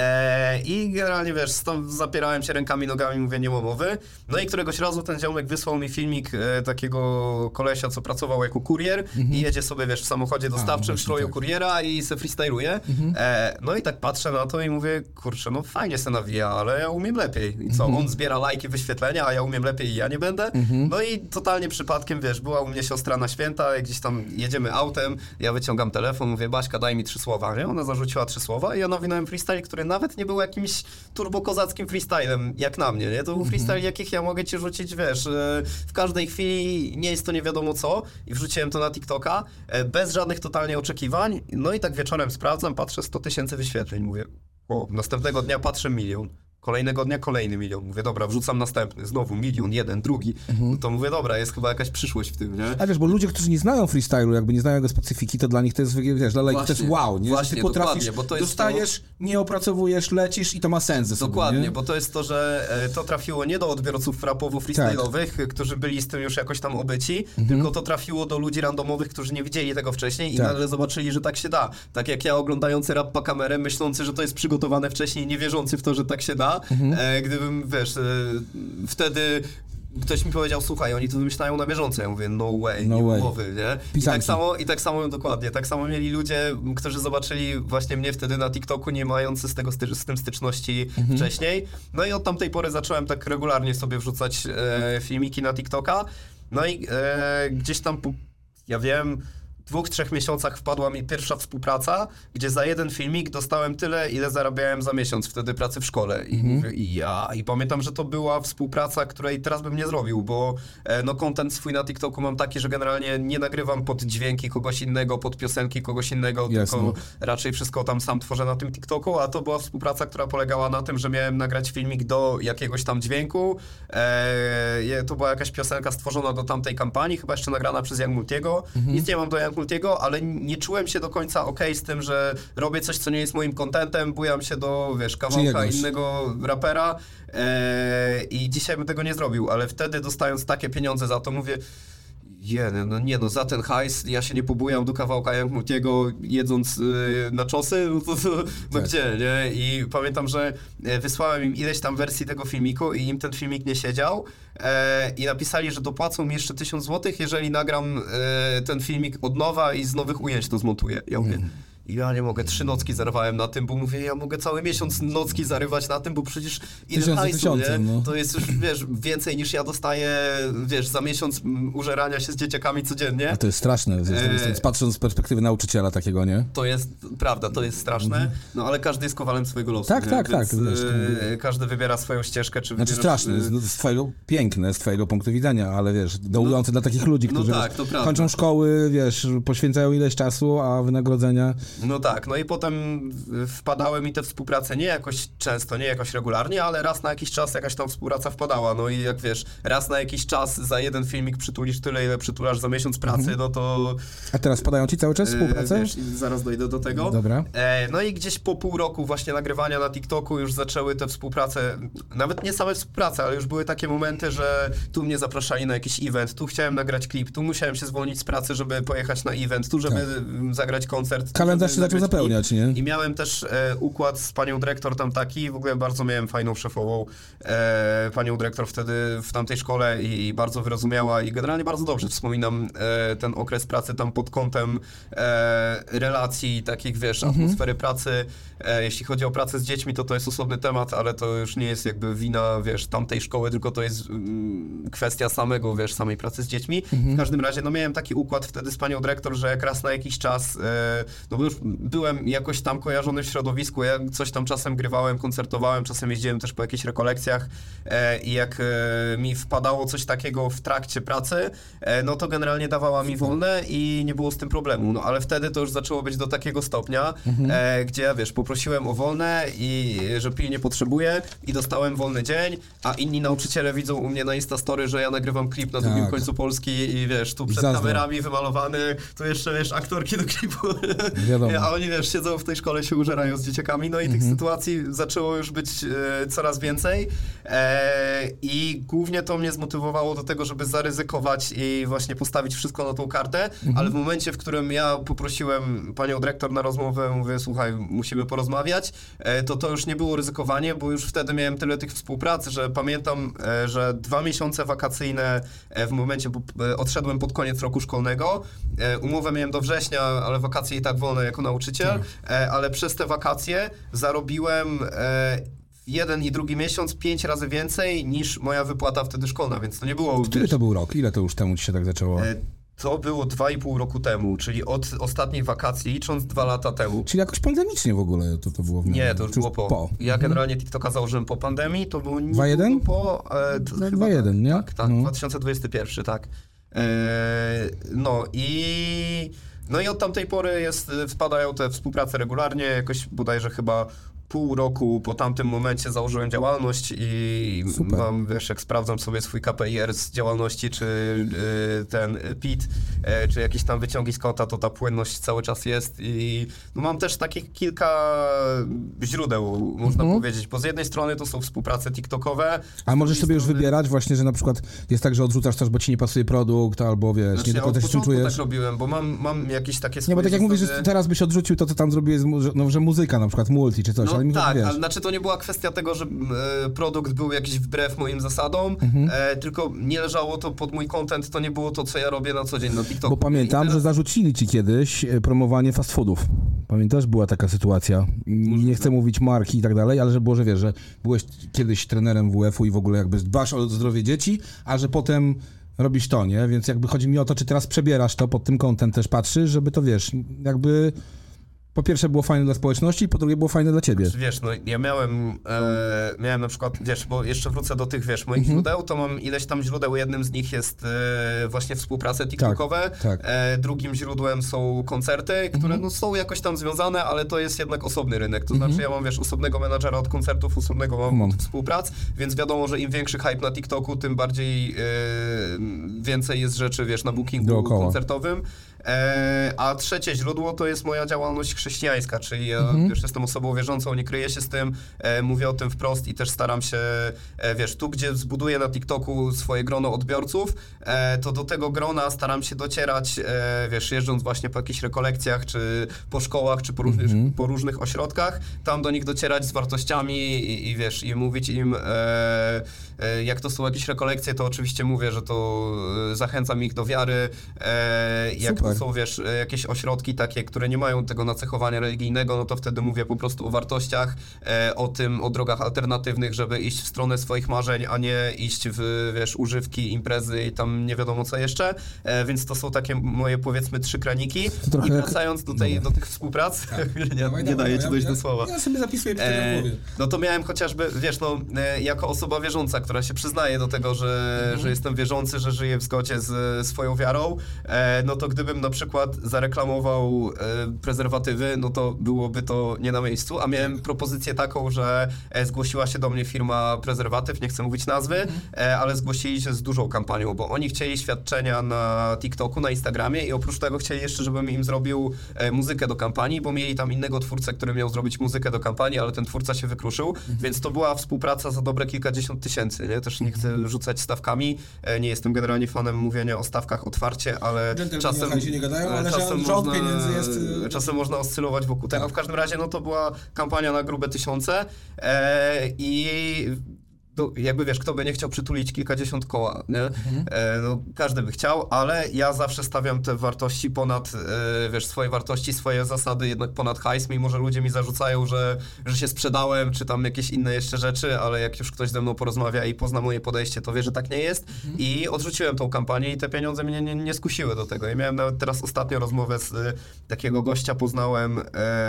E, I generalnie, wiesz, stąd zapierałem się rękami, nogami, mówię, nie ma mowy. No i któregoś razu ten ziomek wysłał mi filmik e, takiego kolesia, co pracował jako kurier mm-hmm. i jedzie sobie, wiesz, w samochodzie dostawczym w stroju tak. kuriera i se freestyluje. Mm-hmm. E, no i tak patrzę na to i mówię, kurczę, no fajnie se nawija, ale ja umiem lepiej. I co, mm-hmm. on zbiera lajki, wyświetlenia, a ja umiem lepiej i ja nie będę. Mm-hmm. No i totalnie przypadkiem, wiesz, była u mnie siostra na święta, gdzieś tam jedziemy autem, ja wyciągam telefon, mówię, Baśka, daj mi trzy słowa, nie? Ona zarzuciła trzy słowa i ja nawinąłem freestyle, który nawet nie był jakimś turbokozackim freestylem, jak na mnie, nie? To był freestyle, jakich ja mogę ci rzucić, wiesz, w każdej chwili, nie jest to nie wiadomo co i wrzuciłem to na TikToka, bez żadnych totalnie oczekiwań, no i tak wieczorem sprawdzam, patrzę sto tysięcy wyświetleń, mówię, o, następnego dnia patrzę milion. Kolejnego dnia kolejny milion. Mówię, dobra, wrzucam następny. Znowu milion, jeden, drugi. Mhm. No to mówię, dobra, jest chyba jakaś przyszłość w tym, nie? A wiesz, bo ludzie, którzy nie znają freestylu, jakby nie znają jego specyfiki, to dla nich to jest, wiesz, dla lajków to jest wow, nie? Właśnie, ty potrafisz, bo to jest dostajesz, to... nie opracowujesz, lecisz i to ma sens ze sobą, Dokładnie, nie? Bo to jest to, że e, to trafiło nie do odbiorców rapowo-freestylowych, tak. którzy byli z tym już jakoś tam obyci, mhm. tylko to trafiło do ludzi randomowych, którzy nie widzieli tego wcześniej i tak. nagle zobaczyli, że tak się da. Tak jak ja oglądający rap pa kamerę, myślący, że to jest przygotowane wcześniej, nie wierzący w to, że tak się da. Mhm. E, gdybym, wiesz, e, wtedy ktoś mi powiedział, słuchaj, oni to wymyślają na bieżąco. Ja mówię, no way, no nie way. Mowy, nie? I tak samo, i tak samo, dokładnie, tak samo mieli ludzie, którzy zobaczyli właśnie mnie wtedy na TikToku, nie mający z tego sty- z tym styczności mhm. wcześniej. No i od tamtej pory zacząłem tak regularnie sobie wrzucać e, filmiki na TikToka. No i e, gdzieś tam, po, ja wiem, w dwóch, trzech miesiącach wpadła mi pierwsza współpraca, gdzie za jeden filmik dostałem tyle, ile zarabiałem za miesiąc wtedy pracy w szkole. I mhm. mówię, i ja. I pamiętam, że to była współpraca, której teraz bym nie zrobił, bo e, no content swój na TikToku mam taki, że generalnie nie nagrywam pod dźwięki kogoś innego, pod piosenki kogoś innego, Jasne. tylko raczej wszystko tam sam tworzę na tym TikToku, a to była współpraca, która polegała na tym, że miałem nagrać filmik do jakiegoś tam dźwięku. E, to była jakaś piosenka stworzona do tamtej kampanii, chyba jeszcze nagrana przez Young Multiego. Mhm. Nic nie mam do Young Multiego, ale nie czułem się do końca okej z tym, że robię coś, co nie jest moim contentem, bujam się do, wiesz, kawałka innego rapera e, i dzisiaj bym tego nie zrobił, ale wtedy dostając takie pieniądze za to mówię, je, no nie no, za ten hajs ja się nie pobujam do kawałka Young Multiego jedząc yy, naczosy, no to, to no tak. Gdzie, nie? I pamiętam, że wysłałem im ileś tam wersji tego filmiku i im ten filmik nie siedział e, i napisali, że dopłacą mi jeszcze tysiąc złotych, jeżeli nagram e, ten filmik od nowa i z nowych ujęć to zmontuję. Ja mówię, mm. ja nie mogę, trzy nocki zarywałem na tym, bo mówię, ja mogę cały miesiąc nocki zarywać na tym, bo przecież ile hajsu, nie? No. To jest już, wiesz, więcej niż ja dostaję, wiesz, za miesiąc użerania się z dzieciakami codziennie. A to jest straszne, e... patrząc z perspektywy nauczyciela takiego, nie? To jest, prawda, to jest straszne, mm. no ale każdy jest kowalem swojego losu. Tak, nie? tak, Więc, tak. e, każdy wybiera swoją ścieżkę, czy Znaczy wybierasz... straszne, z, z twojego, piękne z twojego punktu widzenia, ale wiesz, dołujące no, dla takich ludzi, którzy no tak, wiesz, kończą szkoły, wiesz, poświęcają ileś czasu, a wynagrodzenia... No tak, no i potem wpadały mi te współprace nie jakoś często, nie jakoś regularnie, ale raz na jakiś czas jakaś tam współpraca wpadała. No i jak wiesz, raz na jakiś czas za jeden filmik przytulisz tyle, ile przytulasz za miesiąc pracy, mhm. no to... A teraz wpadają ci cały czas współprace? E, wiesz, zaraz dojdę do tego. Dobra. E, no i gdzieś po pół roku właśnie nagrywania na TikToku już zaczęły te współprace, nawet nie same współprace, ale już były takie momenty, że tu mnie zapraszali na jakiś event, tu chciałem nagrać klip, tu musiałem się zwolnić z pracy, żeby pojechać na event, tu żeby tak. zagrać koncert. Kalendarz się zaczął zapełniać. Nie? I miałem też e, układ z panią dyrektor tam taki, w ogóle bardzo miałem fajną szefową, e, panią dyrektor wtedy w tamtej szkole i, i bardzo wyrozumiała i generalnie bardzo dobrze wspominam e, ten okres pracy tam pod kątem e, relacji, takich wiesz, mhm. atmosfery pracy. E, jeśli chodzi o pracę z dziećmi, to to jest osobny temat, ale to już nie jest jakby wina, wiesz, tamtej szkoły, tylko to jest mm, kwestia samego, wiesz, samej pracy z dziećmi. Mhm. W każdym razie, no miałem taki układ wtedy z panią dyrektor, że jak raz na jakiś czas, e, no bo już byłem jakoś tam kojarzony w środowisku, ja coś tam czasem grywałem, koncertowałem, czasem jeździłem też po jakichś rekolekcjach e, i jak e, mi wpadało coś takiego w trakcie pracy, e, no to generalnie dawała mi wolne i nie było z tym problemu, no ale wtedy to już zaczęło być do takiego stopnia, mhm. e, gdzie ja wiesz, poprosiłem o wolne i że pilnie potrzebuję i dostałem wolny dzień, a inni nauczyciele widzą u mnie na Instastory, że ja nagrywam klip na drugim tak. końcu Polski i wiesz, tu przed Zazdro. kamerami wymalowany, tu jeszcze wiesz, aktorki do klipu, a oni wiesz, siedzą w tej szkole, się użerają z dzieciakami, no i mhm. tych sytuacji zaczęło już być e, coraz więcej e, i głównie to mnie zmotywowało do tego, żeby zaryzykować i właśnie postawić wszystko na tą kartę, mhm. ale w momencie, w którym ja poprosiłem panią dyrektor na rozmowę, mówię, słuchaj, musimy porozmawiać, e, to to już nie było ryzykowanie, bo już wtedy miałem tyle tych współpracy, że pamiętam, e, że dwa miesiące wakacyjne e, w momencie, bo e, odszedłem pod koniec roku szkolnego, e, umowę miałem do września, ale wakacje i tak wolne jako nauczyciel, tak. e, ale przez te wakacje zarobiłem e, jeden i drugi miesiąc pięć razy więcej niż moja wypłata wtedy szkolna, więc to nie było... Który wiesz, to był rok? Ile to już temu ci się tak zaczęło? E, to było dwa i pół roku temu, czyli od ostatnich wakacji, licząc dwa lata temu. Czyli jakoś pandemicznie w ogóle to, to było? W nie, to już było po. po. Ja generalnie mhm. TikToka założyłem po pandemii, to było... dwa jeden? Po... E, no, dwa jeden, nie? Tak, tak, no. dwa tysiące dwudziesty pierwszy, tak. E, no i... No i od tamtej pory jest, wpadają te współprace regularnie, jakoś bodajże chyba pół roku po tamtym momencie założyłem działalność i Super. mam, wiesz, jak sprawdzam sobie swój K P I z działalności, czy y, ten P I T, y, czy jakieś tam wyciągi z konta, to ta płynność cały czas jest i no, mam też takich kilka źródeł, można mhm. powiedzieć, bo z jednej strony to są współprace TikTokowe. A możesz sobie strony... już wybierać właśnie, że na przykład jest tak, że odrzucasz coś, bo ci nie pasuje produkt, albo wiesz, znaczy, nie do końca się czym czujesz. tak robiłem, bo mam, mam jakieś takie swoje... Nie, bo tak jak mówisz, że teraz byś odrzucił to, co tam zrobiłeś, no, że muzyka na przykład, multi czy coś, no ale mi tak, wiesz. ale znaczy to nie była kwestia tego, że e, produkt był jakiś wbrew moim zasadom, mhm. e, tylko nie leżało to pod mój content, to nie było to, co ja robię na co dzień na TikToku. Bo pamiętam, teraz... że zarzucili ci kiedyś promowanie fast foodów. Pamiętasz? Była taka sytuacja. Nie chcę mówić marki i tak dalej, ale że było, że wiesz, że byłeś kiedyś trenerem W F u i w ogóle jakby dbasz o zdrowie dzieci, a że potem robisz to, nie? Więc jakby chodzi mi o to, czy teraz przebierasz to, pod tym kątem też patrzysz, żeby to, wiesz, jakby po pierwsze było fajne dla społeczności, po drugie było fajne dla ciebie. Wiesz, no ja miałem, e, miałem na przykład, wiesz, bo jeszcze wrócę do tych, wiesz, moich mhm. źródeł, to mam ileś tam źródeł, jednym z nich jest e, właśnie współprace TikTokowe, tak, tak. E, drugim źródłem są koncerty, które mhm. no, są jakoś tam związane, ale to jest jednak osobny rynek, to mhm. znaczy ja mam, wiesz, osobnego menadżera od koncertów, osobnego mam, mam. od współprac, więc wiadomo, że im większy hype na TikToku, tym bardziej e, więcej jest rzeczy, wiesz, na bookingu Dookoła. koncertowym. E, a trzecie źródło to jest moja działalność chrześcijańska, czyli ja mhm. już jestem osobą wierzącą, nie kryję się z tym, e, mówię o tym wprost i też staram się, e, wiesz, tu gdzie zbuduję na TikToku swoje grono odbiorców, e, to do tego grona staram się docierać, e, wiesz, jeżdżąc właśnie po jakichś rekolekcjach, czy po szkołach, czy po różnych, mhm. po różnych ośrodkach, tam do nich docierać z wartościami i, i wiesz, i mówić im, e, e, jak to są jakieś rekolekcje, to oczywiście mówię, że to e, zachęcam ich do wiary, e, jak to są, wiesz, jakieś ośrodki takie, które nie mają tego nacechowania religijnego, no to wtedy mówię po prostu o wartościach, e, o tym, o drogach alternatywnych, żeby iść w stronę swoich marzeń, a nie iść w, wiesz, używki, imprezy i tam nie wiadomo co jeszcze, e, więc to są takie moje, powiedzmy, trzy kraniki. I wracając do, tej, do tych współprac, tak. nie, nie, nie daję ci dojść ja, do słowa. Ja sobie zapisuję e, w głowie. No to miałem chociażby, wiesz, no, e, jako osoba wierząca, która się przyznaje do tego, że, mhm. że jestem wierzący, że żyję w zgodzie z swoją wiarą, e, no to gdybym na przykład zareklamował e, prezerwatywy, no to byłoby to nie na miejscu, a miałem propozycję taką, że e, zgłosiła się do mnie firma prezerwatyw, nie chcę mówić nazwy, e, ale zgłosili się z dużą kampanią, bo oni chcieli świadczenia na TikToku, na Instagramie i oprócz tego chcieli jeszcze, żebym im zrobił e, muzykę do kampanii, bo mieli tam innego twórcę, który miał zrobić muzykę do kampanii, ale ten twórca się wykruszył, mhm. więc to była współpraca za dobre kilkadziesiąt tysięcy, nie? Też nie chcę rzucać stawkami, e, nie jestem generalnie fanem mówienia o stawkach otwarcie, ale Gentle czasem... się nie gadają, ale czasem rząd można, pieniędzy jest... Czasem można oscylować wokół tego. W każdym razie, no to była kampania na grube tysiące e, i to jakby wiesz, kto by nie chciał przytulić kilkadziesiąt koła, nie? Mhm. E, no, każdy by chciał, ale ja zawsze stawiam te wartości ponad, e, wiesz, swoje wartości, swoje zasady jednak ponad hajs, mimo że ludzie mi zarzucają, że, że się sprzedałem, czy tam jakieś inne jeszcze rzeczy, ale jak już ktoś ze mną porozmawia i pozna moje podejście, to wie, że tak nie jest mhm. i odrzuciłem tą kampanię i te pieniądze mnie nie, nie skusiły do tego. Ja miałem nawet teraz ostatnio rozmowę z e, takiego gościa, poznałem,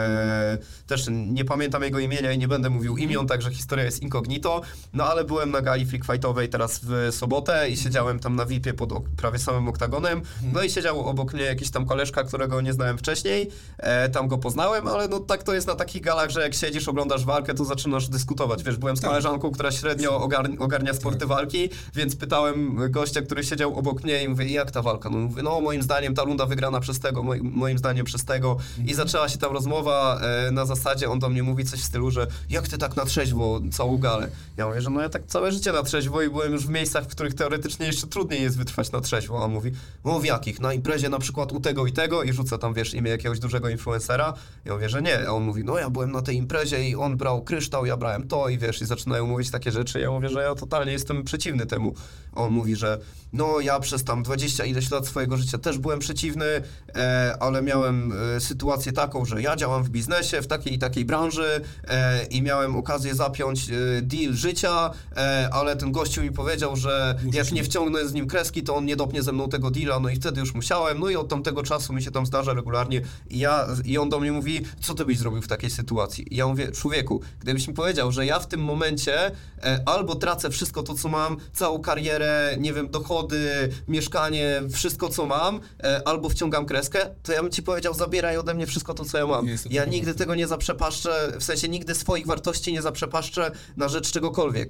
e, też nie pamiętam jego imienia i nie będę mówił imion, także historia jest incognito, no ale byłem na gali freak fightowej teraz w sobotę i siedziałem tam na V I P-ie pod prawie samym oktagonem, no i siedział obok mnie jakiś tam koleżka, którego nie znałem wcześniej, e, tam go poznałem, ale no tak to jest na takich galach, że jak siedzisz, oglądasz walkę, to zaczynasz dyskutować, wiesz, byłem z koleżanką, która średnio ogarnia, ogarnia sporty walki, więc pytałem gościa, który siedział obok mnie i mówię, jak ta walka? No mówię, no moim zdaniem ta runda wygrana przez tego, moim, moim zdaniem przez tego i zaczęła się tam rozmowa e, na zasadzie, on do mnie mówi coś w stylu, że jak ty tak na trzeźwo całą galę? Ja mówię, że no ja tak całe życie na trzeźwo i byłem już w miejscach, w których teoretycznie jeszcze trudniej jest wytrwać na trzeźwo. A on mówi, no w jakich? Na imprezie na przykład u tego i tego i rzuca tam, wiesz, imię jakiegoś dużego influencera. Ja mówię, że nie. A on mówi, no ja byłem na tej imprezie i on brał kryształ, ja brałem to i wiesz, i zaczynają mówić takie rzeczy. Ja mówię, że ja totalnie jestem przeciwny temu. A on mówi, że no ja przez tam dwadzieścia ileś lat swojego życia też byłem przeciwny, e, ale miałem e, sytuację taką, że ja działam w biznesie, w takiej i takiej branży e, i miałem okazję zapiąć e, deal życia, e, ale ten gościu mi powiedział, że Muszę jak nie wciągnę z nim kreski, to on nie dopnie ze mną tego deala, no i wtedy już musiałem, no i od tamtego czasu mi się tam zdarza regularnie i ja, i on do mnie mówi, co ty byś zrobił w takiej sytuacji? I ja mówię, człowieku, gdybyś mi powiedział, że ja w tym momencie e, albo tracę wszystko to, co mam, całą karierę, nie wiem, dochody, mieszkanie, wszystko, co mam, e, albo wciągam kreskę, to ja bym ci powiedział, zabieraj ode mnie wszystko to, co ja mam. Ja nigdy tego nie zaprzepaszczę, w sensie nigdy swoich wartości nie zaprzepaszczę na rzecz czegokolwiek.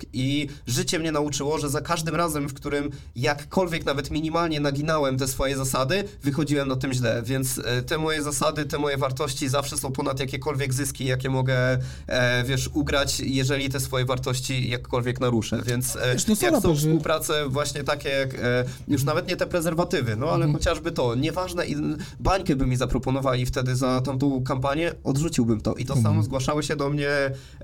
i życie mnie nauczyło, że za każdym razem, w którym jakkolwiek nawet minimalnie naginałem te swoje zasady, wychodziłem na tym źle, więc te moje zasady, te moje wartości zawsze są ponad jakiekolwiek zyski, jakie mogę, e, wiesz, ugrać, jeżeli te swoje wartości jakkolwiek naruszę, więc e, wiesz, no jak są że... współprace właśnie takie jak, e, już nawet nie te prezerwatywy, no ale mhm. chociażby to, nieważne, bańkę by mi zaproponowali wtedy za tamtą kampanię, odrzuciłbym to i to mhm. samo zgłaszały się do mnie,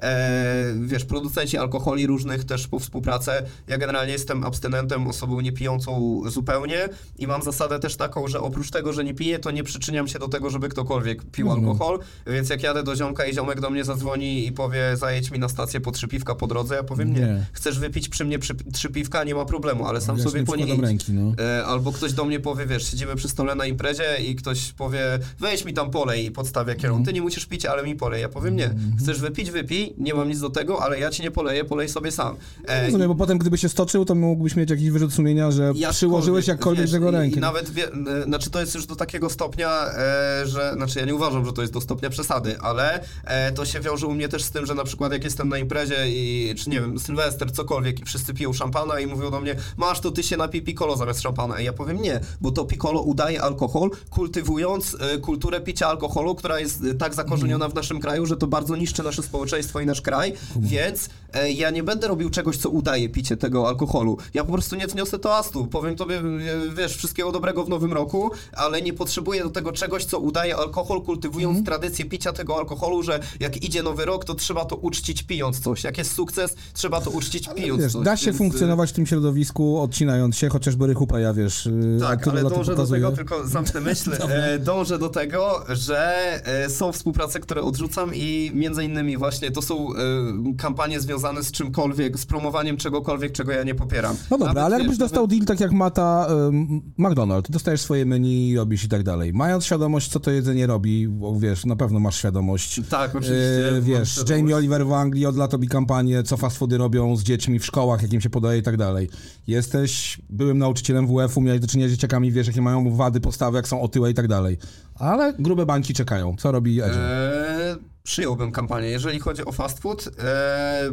e, wiesz, producenci alkoholi różnych też po współpracę. Ja generalnie jestem abstynentem, osobą niepijącą zupełnie i mam zasadę też taką, że oprócz tego, że nie piję, to nie przyczyniam się do tego, żeby ktokolwiek pił mhm. alkohol, więc jak jadę do ziomka i ziomek do mnie zadzwoni i powie, zajedź mi na stację po trzy piwka po drodze, ja powiem nie. nie. Chcesz wypić przy mnie przy, trzy piwka, nie ma problemu, ale sam ja sobie po nie idź. Ręki, no. e, albo ktoś do mnie powie, wiesz, siedzimy przy stole na imprezie i ktoś powie, weź mi tam polej i podstawia kierunek. Mm. Ty nie musisz pić, ale mi polej. Ja powiem nie. Mm. Chcesz wypić, wypij, nie mam nic do tego, ale ja ci nie poleję, polej sobie sam. E, Rozumiem, bo potem gdyby się stoczył, to mógłbyś mieć jakiś wyrzut sumienia, że przyłożyłeś jakkolwiek tego ręki. I, i nawet, wie, e, znaczy to jest już do takiego stopnia, e, że, znaczy ja nie uważam, że to jest do stopnia przesady, ale e, to się wiąże u mnie też z tym, że na przykład jak jestem na imprezie i, czy nie wiem, Sylwester, cokolwiek i wszyscy piją szampana i mówią do mnie, masz to ty się napij piccolo zamiast szampana. I ja powiem nie, bo to piccolo udaje alkohol, kultywując y, kulturę picia alkoholu, która jest y, tak zakorzeniona w naszym kraju, że to bardzo niszczy nasze społeczeństwo i nasz kraj, mm. więc y, ja nie będę robił czegoś, co udaje picie tego alkoholu. Ja po prostu nie wniosę toastu. Powiem tobie, y, wiesz, wszystkiego dobrego w nowym roku, ale nie potrzebuję do tego czegoś, co udaje alkohol, kultywując mm. tradycję picia tego alkoholu, że jak idzie nowy rok, to trzeba to uczcić pijąc coś. Jak jest sukces, trzeba to uczcić ale pijąc wiesz, coś. Da się więc... funkcjonować w tym środowisku, odcinając się, chociażby Rychupa, ja wiesz. Tak, ale dążę do tego, tylko zamknę myśl, e, dążę do tego, że e, są współprace, które odrzucam i między innymi właśnie to są e, kampanie związane z czymkolwiek, z promowaniem czegokolwiek, czego ja nie popieram. No dobra, nawet, ale jakbyś wiesz, dostał nawet... deal tak jak Mata um, McDonald's, dostajesz swoje menu, robisz i tak dalej. Mając świadomość, co to jedzenie robi, bo wiesz, na pewno masz świadomość. Tak, oczywiście. E, wiesz, Jamie Oliver w Anglii od lat robi kampanię, co fast foody robią z dziećmi w szkołach, jakim się podaje i tak dalej. Jesteś byłym nauczycielem W F-u, miałeś do czynienia z dzieciakami, wiesz, jakie mają wady postawy, jak są otyłe i tak dalej. Ale grube bańki czekają. Co robi Edzio? Eee, przyjąłbym kampanię, jeżeli chodzi o fast food, eee,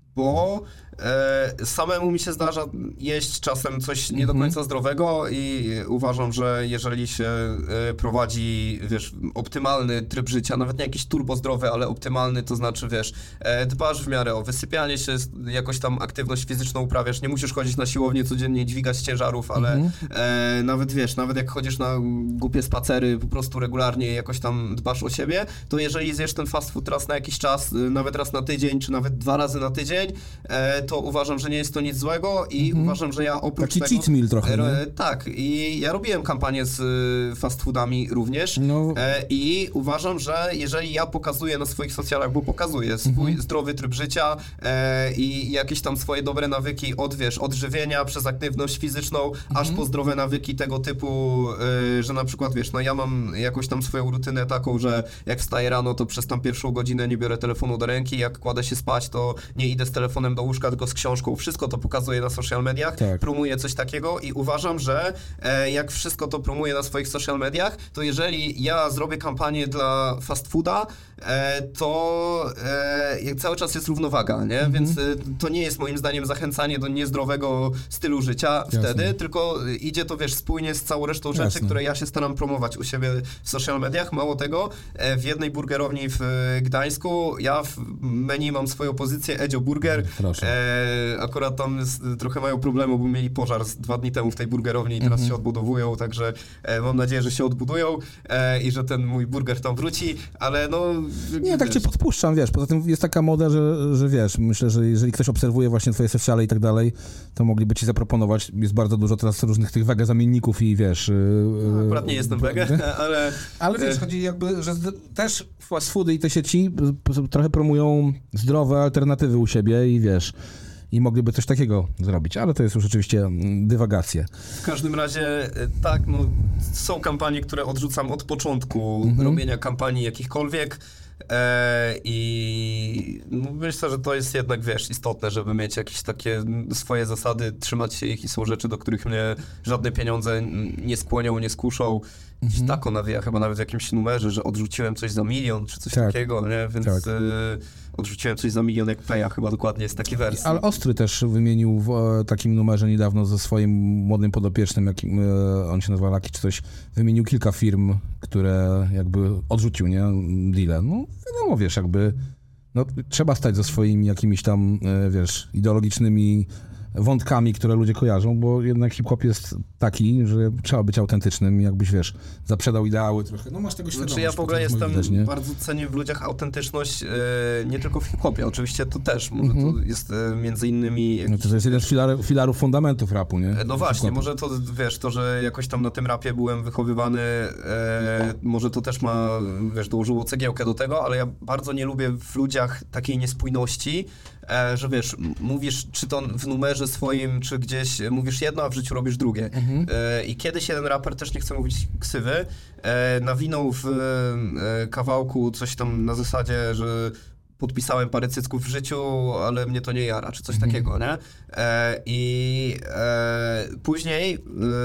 bo e, samemu mi się zdarza jeść czasem coś nie do końca zdrowego i uważam, że jeżeli się e, prowadzi, wiesz, optymalny tryb życia, nawet nie jakiś turbo zdrowy, ale optymalny, to znaczy, wiesz, e, dbasz w miarę o wysypianie się, jakoś tam aktywność fizyczną uprawiasz, nie musisz chodzić na siłownię codziennie i dźwigać ciężarów, ale mhm. e, nawet, wiesz, nawet jak chodzisz na głupie spacery, po prostu regularnie jakoś tam dbasz o siebie, to jeżeli zjesz ten fast food raz na jakiś czas, nawet raz na tydzień, czy nawet dwa razy na tydzień, to uważam, że nie jest to nic złego i mm-hmm. uważam, że ja oprócz Taki tego... cheat meal trochę, e, Tak, i ja robiłem kampanię z fast foodami również no. e, i uważam, że jeżeli ja pokazuję na swoich socjalach, bo pokazuję swój mm-hmm. zdrowy tryb życia e, i jakieś tam swoje dobre nawyki od, wiesz, od żywienia przez aktywność fizyczną, mm-hmm. aż po zdrowe nawyki tego typu, e, że na przykład, wiesz, no ja mam jakąś tam swoją rutynę taką, że jak wstaję rano, to przez tam pierwszą godzinę nie biorę telefonu do ręki, jak kładę się spać, to nie idę z telefonem do łóżka, tylko z książką. Wszystko to pokazuje na social mediach, tak. Promuję coś takiego i uważam, że e, jak wszystko to promuję na swoich social mediach, to jeżeli ja zrobię kampanię dla fast fooda, e, to e, cały czas jest równowaga, nie? Mm-hmm. Więc e, to nie jest moim zdaniem zachęcanie do niezdrowego stylu życia Jasne. Wtedy, tylko idzie to, wiesz, spójnie z całą resztą rzeczy, Jasne. Które ja się staram promować u siebie w social mediach. Mało tego, e, w jednej burgerowni w Gdańsku, ja w menu mam swoją pozycję Edzio Burger. E, akurat tam jest, trochę mają problemu, bo mieli pożar z, dwa dni temu w tej burgerowni i teraz mm-hmm. się odbudowują, także e, mam nadzieję, że się odbudują e, i że ten mój burger tam wróci, ale no... Nie, wiesz. Tak cię podpuszczam, wiesz, poza tym jest taka moda, że, że wiesz, myślę, że jeżeli ktoś obserwuje właśnie twoje sociale i tak dalej, to mogliby ci zaproponować, jest bardzo dużo teraz różnych tych wege zamienników i wiesz... No, akurat nie yy, jestem wege, ale... Ale wiesz, chodzi jakby, że też fast foody i te sieci trochę promują zdrowe alternatywy u siebie i wiesz... I mogliby coś takiego zrobić, ale to jest już oczywiście dywagacje. W każdym razie tak, no, są kampanie, które odrzucam od początku mm-hmm. robienia kampanii jakichkolwiek e, i I no, myślę, że to jest jednak, wiesz, istotne, żeby mieć jakieś takie swoje zasady, trzymać się ich i są rzeczy, do których mnie żadne pieniądze nie skłonią, nie skuszą. Gdzieś Mhm. tako nawija chyba nawet w jakimś numerze, że odrzuciłem coś za milion, czy coś Tak. takiego, nie? Więc Tak. y, odrzuciłem coś za milion jak Peja, chyba dokładnie jest taki wers. Ale Ostry też wymienił w e, takim numerze niedawno ze swoim młodym podopiecznym, jakim e, on się nazywa Laki czy coś, wymienił kilka firm, które jakby odrzucił, nie, deale. No wiadomo, wiesz, jakby no, trzeba stać za swoimi jakimiś tam, e, wiesz, ideologicznymi wątkami, które ludzie kojarzą, bo jednak hip-hop jest taki, że trzeba być autentycznym, jakbyś, wiesz, zaprzedał ideały trochę. No masz tego świadomość. Znaczy ja w ogóle potem jestem, widać, nie? bardzo cenię w ludziach autentyczność, e, nie tylko w hip-hopie, oczywiście to też, może Mhm. to jest e, między innymi... No to jest jeden z filar, filarów, fundamentów rapu, nie? No właśnie, Hip-hopu. może to, wiesz, to, że jakoś tam na tym rapie byłem wychowywany, e, może to też ma, wiesz, dołożyło cegiełkę do tego, ale ja bardzo nie lubię w ludziach takiej niespójności, e, że wiesz, m- mówisz, czy to w numerze swoim, czy gdzieś mówisz jedno, a w życiu robisz drugie. Mhm. E, I kiedyś jeden raper, też nie chcę mówić ksywy, e, nawinął w e, kawałku coś tam na zasadzie, że podpisałem parę cycków w życiu, ale mnie to nie jara, czy coś Mhm. takiego, nie? E, I e, później e,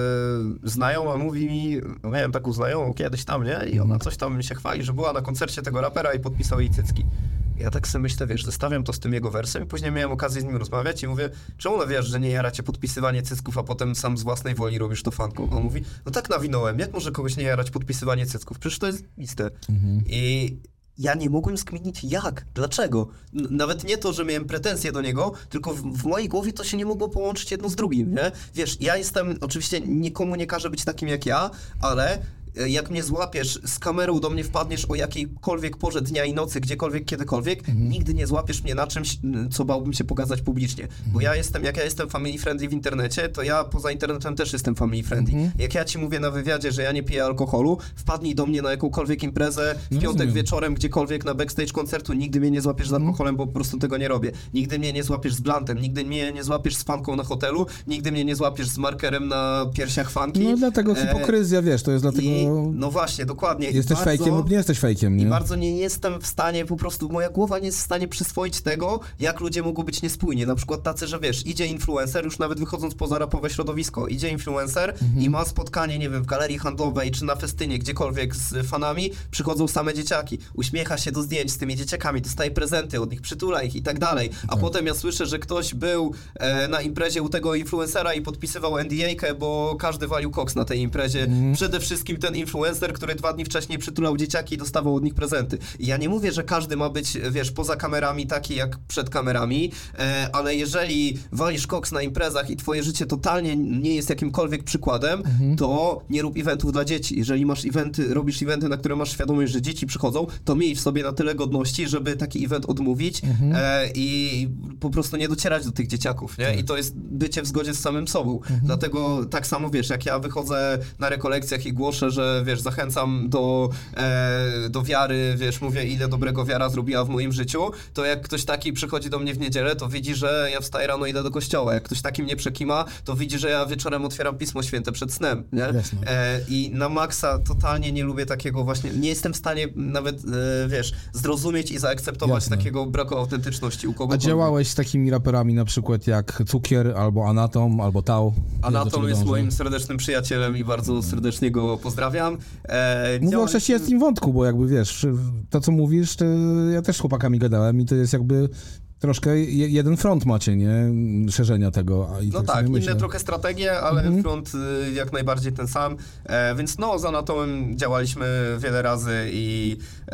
znajoma mówi mi, no miałem taką znajomą kiedyś tam, nie? I ona coś tam mi się chwali, że była na koncercie tego rapera i podpisał jej cycki. Ja tak sobie myślę, wiesz, zestawiam to z tym jego wersem i później miałem okazję z nim rozmawiać i mówię, czemu no wiesz, że nie jara cię podpisywanie cycków, a potem sam z własnej woli robisz to fanką? On mówi, no tak nawinąłem, jak może kogoś nie jarać podpisywanie cycków? Przecież to jest liste. Mhm. I ja nie mogłem skminić jak, dlaczego. N- nawet nie to, że miałem pretensje do niego, tylko w, w mojej głowie to się nie mogło połączyć jedno z drugim, nie? Wiesz, ja jestem, oczywiście nikomu nie każę być takim jak ja, ale e, jak mnie złapiesz z kamerą, do mnie wpadniesz o jakiejkolwiek porze dnia i nocy, gdziekolwiek, kiedykolwiek, nigdy nie złapiesz mnie na czymś, n- co bałbym się pokazać publicznie. Bo ja jestem, jak ja jestem family friendly w internecie, to ja poza internetem też jestem family friendly. Mhm. Jak ja ci mówię na wywiadzie, że ja nie piję alkoholu, wpadnij do mnie na jakąkolwiek imprezę w No piątek rozumiem. wieczorem, gdziekolwiek na backstage koncertu, nigdy mnie nie złapiesz z Mhm. alkoholem, bo po prostu tego nie robię. Nigdy mnie nie złapiesz z blantem, nigdy mnie nie złapiesz z fanką na hotelu, nigdy mnie nie złapiesz z markerem na piersiach fanki. No dlatego E, hipokryzja, wiesz, to jest dlatego... I, no właśnie, dokładnie. I Jesteś bardzo- fejkiem lub nie jesteś fejkiem, I nie? bardzo nie jestem w stanie, po prostu moja głowa nie jest w stanie przyswoić tego, jak ludzie mogą być niespójni. Na przykład tacy, że wiesz, idzie influencer, już nawet wychodząc poza rapowe środowisko, idzie influencer i ma spotkanie, nie wiem, w galerii handlowej czy na festynie, gdziekolwiek z fanami, przychodzą same dzieciaki. Uśmiecha się do zdjęć z tymi dzieciakami, dostaje prezenty od nich, przytula ich i tak dalej. A potem ja słyszę, że ktoś był e, na imprezie u tego influencera i podpisywał N D A-kę, bo każdy walił koks na tej imprezie. Przede wszystkim ten influencer, który dwa dni wcześniej przytulał dzieciaki i dostawał od nich prezenty. I ja nie mówię, że każdy ma być, wiesz, poza kamerami taki jak przed kamerami, e, ale jeżeli walisz koks na imprezach i twoje życie totalnie nie jest jakimkolwiek przykładem, to nie rób eventów dla dzieci. Jeżeli masz eventy, robisz eventy, na które masz świadomość, że dzieci przychodzą, to miej w sobie na tyle godności, żeby taki event odmówić e, i po prostu nie docierać do tych dzieciaków, nie? I to jest bycie w zgodzie z samym sobą. Dlatego tak samo, wiesz, jak ja wychodzę na rekolekcjach i głoszę, że, wiesz, zachęcam do, e, do wiary, wiesz, mówię, ile dobrego wiara zrobiła w moim życiu, to jak ktoś taki przychodzi do mnie w niedzielę, to widzi, że ja wstaję rano i idę do kościoła. Jak ktoś taki mnie przekima, to widzi, że ja wieczorem otwieram Pismo Święte przed snem, nie? Jasne. E, I na maksa totalnie nie lubię takiego właśnie, nie jestem w stanie nawet, e, wiesz, zrozumieć i zaakceptować Jasne. takiego braku autentyczności u A kogokolwiek. działałeś z takimi raperami na przykład jak Cukier, albo Anatom, albo Tau? Anatom jest moim serdecznym przyjacielem i bardzo serdecznie go pozdrawiam. E, Mówię o działaliśmy- chrześcijańskim wątku, bo jakby wiesz, to co mówisz, to ja też z chłopakami gadałem i to jest jakby troszkę je, jeden front macie, nie? Szerzenia tego. A i No tak, tak, sobie inne myślę. trochę strategie, ale Mhm. front y, jak najbardziej ten sam. E, więc no, z Anatomem działaliśmy wiele razy i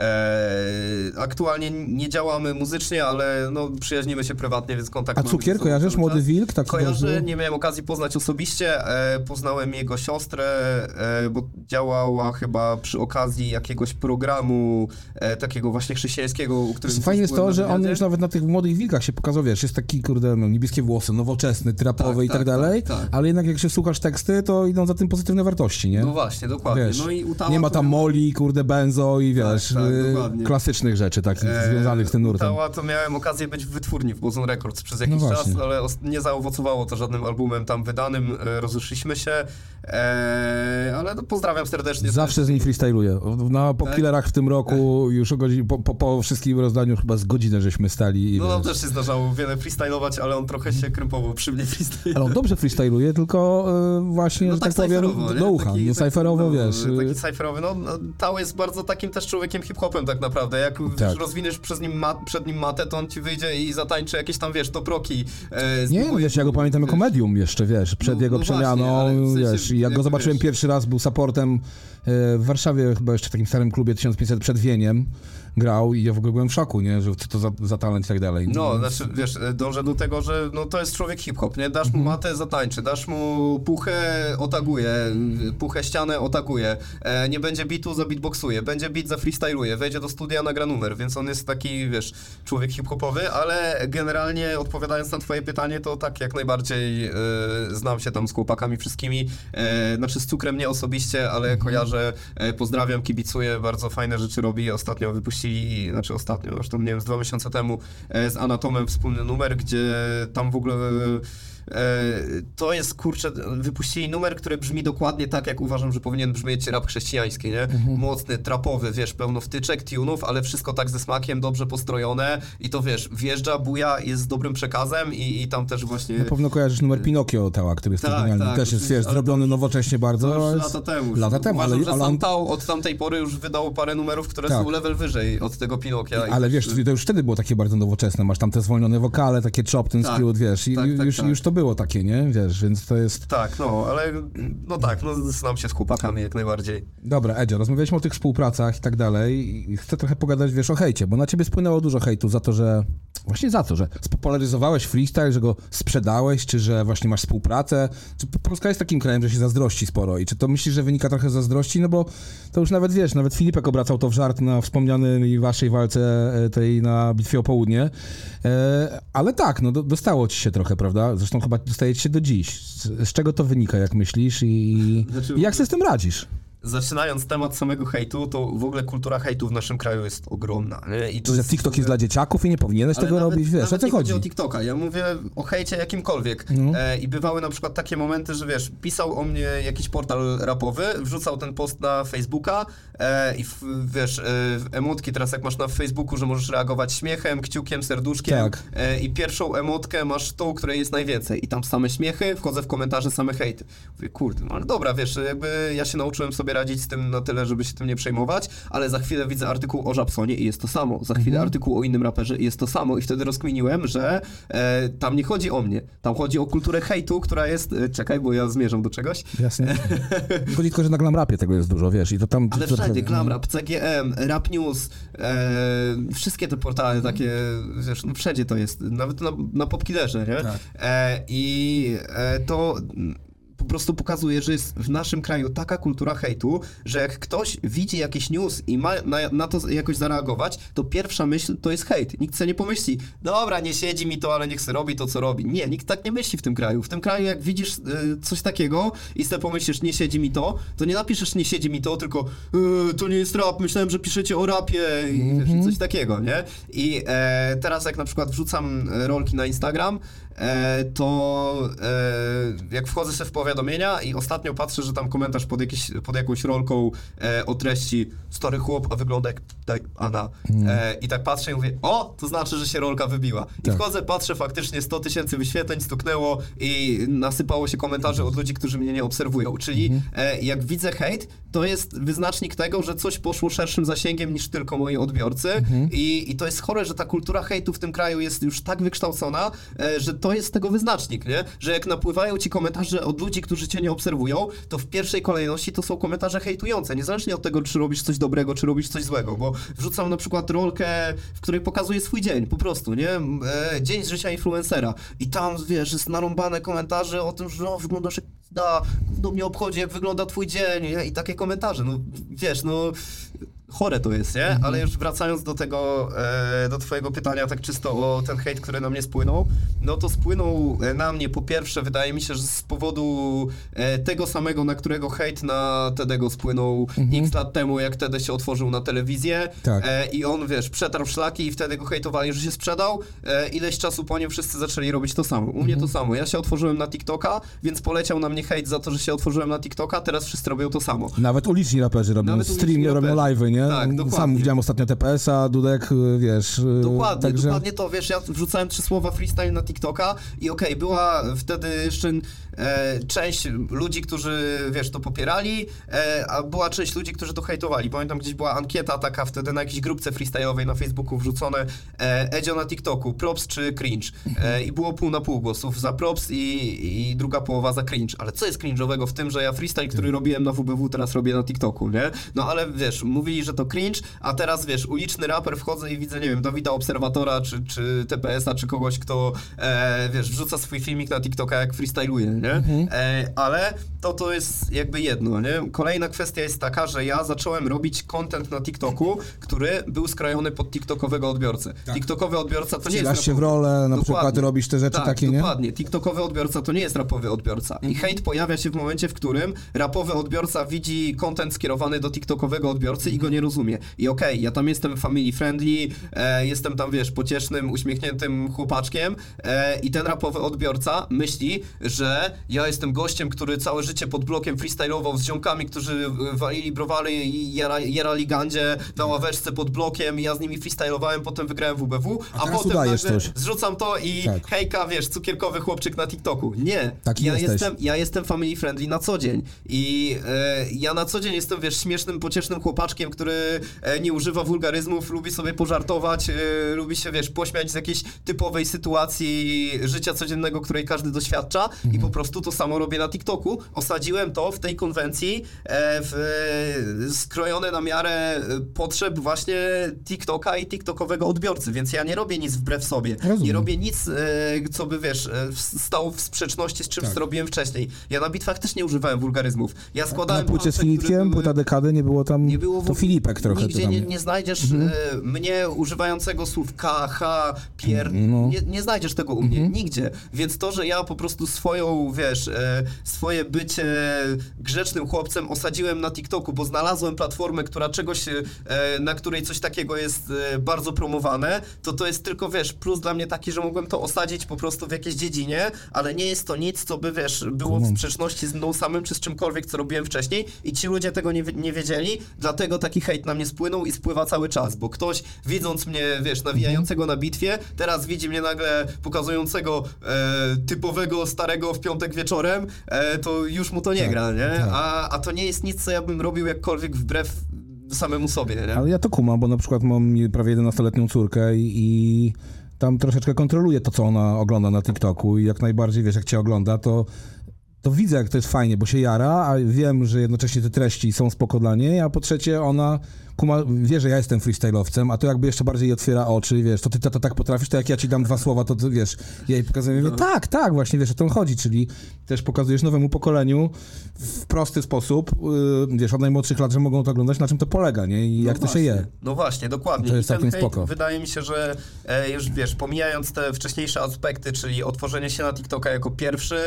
e, aktualnie nie działamy muzycznie, ale no, przyjaźnimy się prywatnie, więc kontakt A mamy ze Cukier, sobą kojarzysz? cały Młody czas. Wilk? Tak Kojarzę, nie miałem okazji poznać osobiście. E, poznałem jego siostrę, e, bo działała chyba przy okazji jakiegoś programu e, takiego właśnie chrześcijańskiego, u którym Fajnie jest byłem to, na że on wywiadzie. już nawet na tych młodych wilkach się pokazał, wiesz, jest taki, kurde, no, niebieskie włosy, nowoczesny, trapowy Tak, i tak, tak, dalej, tak, tak. ale jednak jak się słuchasz teksty, to idą za tym pozytywne wartości, nie? No właśnie, dokładnie. Wiesz, no i u Tała nie ma to tam miałem- moli, kurde, benzo i wiesz, tak, y, dokładnie. klasycznych rzeczy takich E, związanych z tym nurtem. Tała to miałem okazję być w wytwórni w Bozon Records przez jakiś No czas, właśnie. ale os- nie zaowocowało to żadnym albumem tam wydanym, e, rozeszliśmy się, e, ale no, pozdrawiam pozdrawiam serdecznie. Zawsze z niej freestyluję. Na popkillerach tak? w tym roku już o godzinie, po, po, po wszystkim rozdaniu chyba z godzinę żeśmy stali. I no nam też się zdarzało wiele freestylować, ale on trochę się krępował przy mnie freestyle. Ale on dobrze freestyluje, tylko y, właśnie, no że tak, tak powiem, do ucha. Nie cyferowo, wiesz. Taki cyferowy, no, no Tao jest bardzo takim też człowiekiem hip-hopem tak naprawdę. Jak tak. rozwiniesz przez nim mat, przed nim matę, to on ci wyjdzie i zatańczy jakieś tam, wiesz, toproki. E, nie, no wiesz, ja go pamiętam jako medium jeszcze, wiesz, przed no, jego no przemianą, właśnie, w sensie, wiesz, i jak go zobaczyłem wiesz. pierwszy raz, był supportem w Warszawie, chyba jeszcze w takim starym klubie tysiąc pięćset przed Wieniem grał i ja w ogóle byłem w szoku, nie, że co to za, za talent i tak dalej. No, znaczy, wiesz, dążę do tego, że no, to jest człowiek hip-hop, nie? Dasz mu matę, zatańczy, dasz mu puchę, otaguje, puchę, ścianę, otaguje, e, nie będzie bitu, zabitboxuje, będzie bit, zafreestyluje, wejdzie do studia, nagra numer, więc on jest taki, wiesz, człowiek hip-hopowy, ale generalnie odpowiadając na twoje pytanie, to tak jak najbardziej e, znam się tam z chłopakami wszystkimi, e, znaczy z Cukrem nie osobiście, ale kojarzę, e, pozdrawiam, kibicuję, bardzo fajne rzeczy robi, ostatnio wypuścili I, znaczy ostatnio, zresztą nie wiem, z dwa miesiące temu e, z Anatomem wspólny numer, gdzie tam w ogóle e, to jest, kurczę, wypuścili numer, który brzmi dokładnie tak, jak uważam, że powinien brzmieć rap chrześcijański, nie? Mhm. Mocny, trapowy, wiesz, pełno wtyczek, tunów, ale wszystko tak ze smakiem, dobrze postrojone i to, wiesz, wjeżdża, buja, jest z dobrym przekazem i, i tam też właśnie... Na pewno kojarzysz numer Pinokio Tała, który jest tak, genialny. Tak, też jest, wiesz, zrobiony nowocześnie bardzo. To już lata temu. Lata temu, uważam, ale... że ale sam on... Tao od tamtej pory już wydał parę numerów, które tak. są level wyżej od tego Pinokia. Ale wiesz, to już wtedy było takie bardzo nowoczesne, masz tam te zwolnione wokale, takie chop, ten tak, skrót, wiesz, i tak, tak, już, tak. już to było takie, nie? Wiesz, więc to jest... Tak, no, ale no tak, no znam się z chłopakami jak najbardziej. Dobra, Edzio, rozmawialiśmy o tych współpracach i tak dalej i chcę trochę pogadać, wiesz, o hejcie, bo na ciebie spłynęło dużo hejtu za to, że... Właśnie za to, że spopularyzowałeś freestyle, że go sprzedałeś, czy że właśnie masz współpracę, czy Polska jest takim krajem, że się zazdrości sporo i czy to myślisz, że wynika trochę z zazdrości, no bo to już nawet, wiesz, nawet Filipek obracał to w żart na wspomnianej waszej walce tej na Bitwie o Południe, e, ale tak, no do, dostało ci się trochę, prawda? Zresztą chyba dostaje ci się do dziś. Z, z czego to wynika, jak myślisz i, znaczy, i jak sobie z tym radzisz? Zaczynając temat samego hejtu, to w ogóle kultura hejtu w naszym kraju jest ogromna. Nie? I to że jest, TikTok jest dla dzieciaków i nie powinieneś tego nawet, robić, wiesz, nawet o co nie chodzi? o TikToka, ja mówię o hejcie jakimkolwiek. No. E, I bywały na przykład takie momenty, że wiesz, pisał o mnie jakiś portal rapowy, wrzucał ten post na Facebooka e, i w, wiesz, e, emotki teraz jak masz na Facebooku, że możesz reagować śmiechem, kciukiem, serduszkiem tak. e, i pierwszą emotkę masz tą, której jest najwięcej i tam same śmiechy, wchodzę w komentarze, same hejty. Mówię, kurde, no ale dobra, wiesz, jakby ja się nauczyłem sobie radzić z tym na tyle, żeby się tym nie przejmować, ale za chwilę widzę artykuł o Żabsonie i jest to samo. Za chwilę mhm. artykuł o innym raperze i jest to samo. I wtedy rozkminiłem, że e, tam nie chodzi o mnie. Tam chodzi o kulturę hejtu, która jest... E, czekaj, bo ja zmierzam do czegoś. Jasne. Chodzi tylko, że na Glam Rapie tego jest dużo, wiesz, i to tam... Ale to, wszędzie, Glam Rap, C G M, Rap News, e, wszystkie te portale takie, wiesz, no wszędzie to jest. Nawet na, na Popkillerze, nie? Tak. E, I e, to... po prostu pokazuje, że jest w naszym kraju taka kultura hejtu, że jak ktoś widzi jakiś news i ma na, na to jakoś zareagować, to pierwsza myśl to jest hejt. Nikt sobie nie pomyśli, dobra, nie siedzi mi to, ale niech se robi to, co robi. Nie, nikt tak nie myśli w tym kraju. W tym kraju jak widzisz y, coś takiego i sobie pomyślisz, nie siedzi mi to, to nie napiszesz, nie siedzi mi to, tylko y, to nie jest rap, myślałem, że piszecie o rapie i mm-hmm. coś takiego, nie? I e, teraz jak na przykład wrzucam rolki na Instagram, E, to e, jak wchodzę sobie w powiadomienia i ostatnio patrzę, że tam komentarz pod, jakiś, pod jakąś rolką e, o treści stary chłop, a wygląda jak daj, Ana. Mm. E, I tak patrzę i mówię, o, to znaczy, że się rolka wybiła. I tak. wchodzę, patrzę, faktycznie sto tysięcy wyświetleń stuknęło i nasypało się komentarzy od ludzi, którzy mnie nie obserwują. Czyli mm. e, jak widzę hejt, to jest wyznacznik tego, że coś poszło szerszym zasięgiem niż tylko moi odbiorcy mm. I, i to jest chore, że ta kultura hejtu w tym kraju jest już tak wykształcona, e, że to jest tego wyznacznik, nie? Że jak napływają ci komentarze od ludzi, którzy cię nie obserwują, to w pierwszej kolejności to są komentarze hejtujące, niezależnie od tego, czy robisz coś dobrego, czy robisz coś złego, bo wrzucam na przykład rolkę, w której pokazuję swój dzień, po prostu, nie? E, dzień z życia influencera i tam, wiesz, jest narąbane komentarze o tym, że no, wyglądasz jak da, do mnie obchodzi, jak wygląda twój dzień, nie? I takie komentarze, no, wiesz, no chore to jest, nie? Mhm. Ale już wracając do tego, e, do twojego pytania tak czysto o ten hejt, który na mnie spłynął, no to spłynął na mnie po pierwsze, wydaje mi się, że z powodu e, tego samego, na którego hejt na Tedego spłynął Mhm. x lat temu, jak Tede się otworzył na telewizję Tak. e, i on, wiesz, przetarł szlaki i wtedy go hejtowali, że się sprzedał. E, ileś czasu po nim wszyscy zaczęli robić to samo. U mnie Mhm. to samo. Ja się otworzyłem na TikToka, więc poleciał na mnie hejt za to, że się otworzyłem na TikToka, teraz wszyscy robią to samo. Nawet uliczni raperzy robią Nawet stream, uliczni robią raperzy. live'y, nie? Tak, dokładnie. Sam widziałem ostatnio T P S a, Dudek, wiesz. Dokładnie, także... dokładnie to, wiesz, ja wrzucałem trzy słowa freestyle na TikToka i okej, okay, była wtedy jeszcze e, część ludzi, którzy, wiesz, to popierali, e, a była część ludzi, którzy to hejtowali. Pamiętam, gdzieś była ankieta taka wtedy na jakiejś grupce freestyle'owej na Facebooku wrzucone e, Edzio na TikToku, props czy cringe? E, I było pół na pół głosów za props i, i druga połowa za cringe. Ale co jest cringe'owego w tym, że ja freestyle, który robiłem na W B W, teraz robię na TikToku, nie? No ale, wiesz, mówili, że to cringe, a teraz, wiesz, uliczny raper wchodzę i widzę, nie wiem, Dawida Obserwatora, czy, czy T P S a, czy kogoś, kto, e, wiesz, wrzuca swój filmik na TikToka, jak freestyluje, nie? Mhm. E, ale to to jest jakby jedno, nie? Kolejna kwestia jest taka, że ja zacząłem robić content na TikToku, który był skrojony pod TikTokowego odbiorcę. Tak. TikTokowy odbiorca to nie Wcielasz jest... się w rolę, na Dokładnie. przykład robisz te rzeczy tak, takie, nie? dokładnie. TikTokowy odbiorca to nie jest rapowy odbiorca. I hejt pojawia się w momencie, w którym rapowy odbiorca widzi content skierowany do TikTokowego odbiorcy i go nie rozumie. I okej, okay, ja tam jestem family friendly, e, jestem tam, wiesz, pociesznym, uśmiechniętym chłopaczkiem e, i ten rapowy odbiorca myśli, że ja jestem gościem, który całe życie pod blokiem freestylował z ziomkami, którzy walili browary i jara, jarali gandzie na ławeczce pod blokiem i ja z nimi freestylowałem, potem wygrałem W B W, a, A teraz potem udajesz nagle coś. zrzucam to i Tak. hejka, wiesz, cukierkowy chłopczyk na TikToku. Nie, Taki ja jesteś. jestem, ja jestem family friendly na co dzień i e, ja na co dzień jestem, wiesz, śmiesznym, pociesznym chłopaczkiem, który e, nie używa wulgaryzmów, lubi sobie pożartować, e, lubi się, wiesz, pośmiać z jakiejś typowej sytuacji życia codziennego, której każdy doświadcza Mhm. i po prostu to samo robię na TikToku. Osadziłem to w tej konwencji e, w, e, skrojone na miarę potrzeb właśnie TikToka i TikTokowego odbiorcy, więc ja nie robię nic wbrew sobie. Rozumiem. Nie robię nic, e, co by, wiesz, e, stało w sprzeczności z czymś, Tak. co robiłem wcześniej. Ja na bitwach też nie używałem wulgaryzmów. Ja Na składałem płycie z parsze, które Filipkiem, były- płyta dekady, nie było tam, nie było w to ogóle- Filipek trochę. Nigdzie to tam nie, nie znajdziesz e, mnie używającego słów K, H, pier... No. Nie, nie znajdziesz tego u mnie, nigdzie. Więc to, że ja po prostu swoją, wiesz, e, swoje bycie grzecznym chłopcem osadziłem na TikToku, bo znalazłem platformę, która czegoś, e, na której coś takiego jest e, bardzo promowane, to to jest tylko, wiesz, plus dla mnie taki, że mogłem to osadzić po prostu w jakiejś dziedzinie, ale nie jest to nic, co by, wiesz, było w sprzeczności z mną samym, czy z czymkolwiek, co robiłem wcześniej i ci ludzie tego nie, nie wiedzieli, dlatego taki hejt na mnie spłynął i spływa cały czas, bo ktoś widząc mnie, wiesz, nawijającego na bitwie, teraz widzi mnie nagle pokazującego e, typowego starego w piątek wieczorem, e, to już mu to nie Tak, gra, nie? tak. A, a to nie jest nic, co ja bym robił jakkolwiek wbrew samemu sobie, nie? Ale ja to kumam, bo na przykład mam prawie jedenastoletnią córkę i, i tam troszeczkę kontroluję to, co ona ogląda na TikToku i jak najbardziej, wiesz, jak cię ogląda, to to widzę, jak to jest fajnie, bo się jara, a wiem, że jednocześnie te treści są spoko dla niej, a po trzecie ona kuma, wie, że ja jestem freestyle'owcem, a to jakby jeszcze bardziej jej otwiera oczy, wiesz, to ty to, to tak potrafisz, to jak ja ci dam dwa słowa, to ty, wiesz, ja jej pokazuję, mówię, tak, tak, właśnie, wiesz, o to chodzi, czyli też pokazujesz nowemu pokoleniu w prosty sposób, yy, wiesz, od najmłodszych lat, że mogą to oglądać, na czym to polega, nie, i No jak to się właśnie, je. No właśnie, dokładnie. To jest I ten całkiem hejt, spoko. wydaje mi się, że e, już wiesz, pomijając te wcześniejsze aspekty, czyli otworzenie się na TikToka jako pierwszy,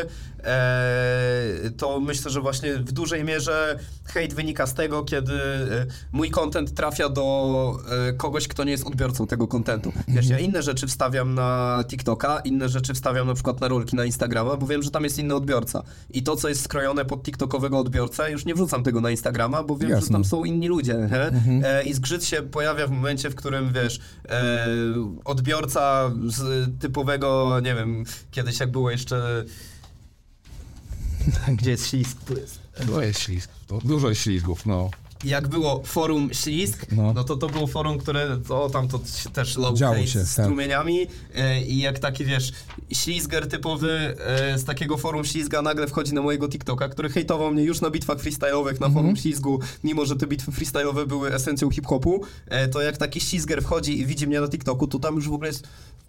e, to myślę, że właśnie w dużej mierze hejt wynika z tego, kiedy e, mój content trafia do e, kogoś, kto nie jest odbiorcą tego contentu. Wiesz, ja inne rzeczy wstawiam na TikToka, inne rzeczy wstawiam na przykład na rolki na Instagrama, bo wiem, że tam jest inny odbiorca. I to, co jest skrojone pod TikTokowego odbiorcę, już nie wrzucam tego na Instagrama, bo wiem, Jasne. że tam są inni ludzie. Nie? Mhm. E, I zgrzyt się pojawia w momencie, w którym, wiesz, e, odbiorca z typowego, nie wiem, kiedyś jak było jeszcze... Gdzie jest ślizg? Tu jest. To jest ślizg, to dużo jest ślizgów, no. Jak było forum Ślizg, No. no, to to było forum, które, to tam to się też low Działo hate się, z tak. strumieniami e, i jak taki, wiesz, ślizger typowy e, z takiego forum Ślizga nagle wchodzi na mojego TikToka, który hejtował mnie już na bitwach freestyle'owych, na Mhm. forum Ślizgu, mimo że te bitwy freestyle'owe były esencją hip-hopu, e, to jak taki ślizger wchodzi i widzi mnie na TikToku, to tam już w ogóle jest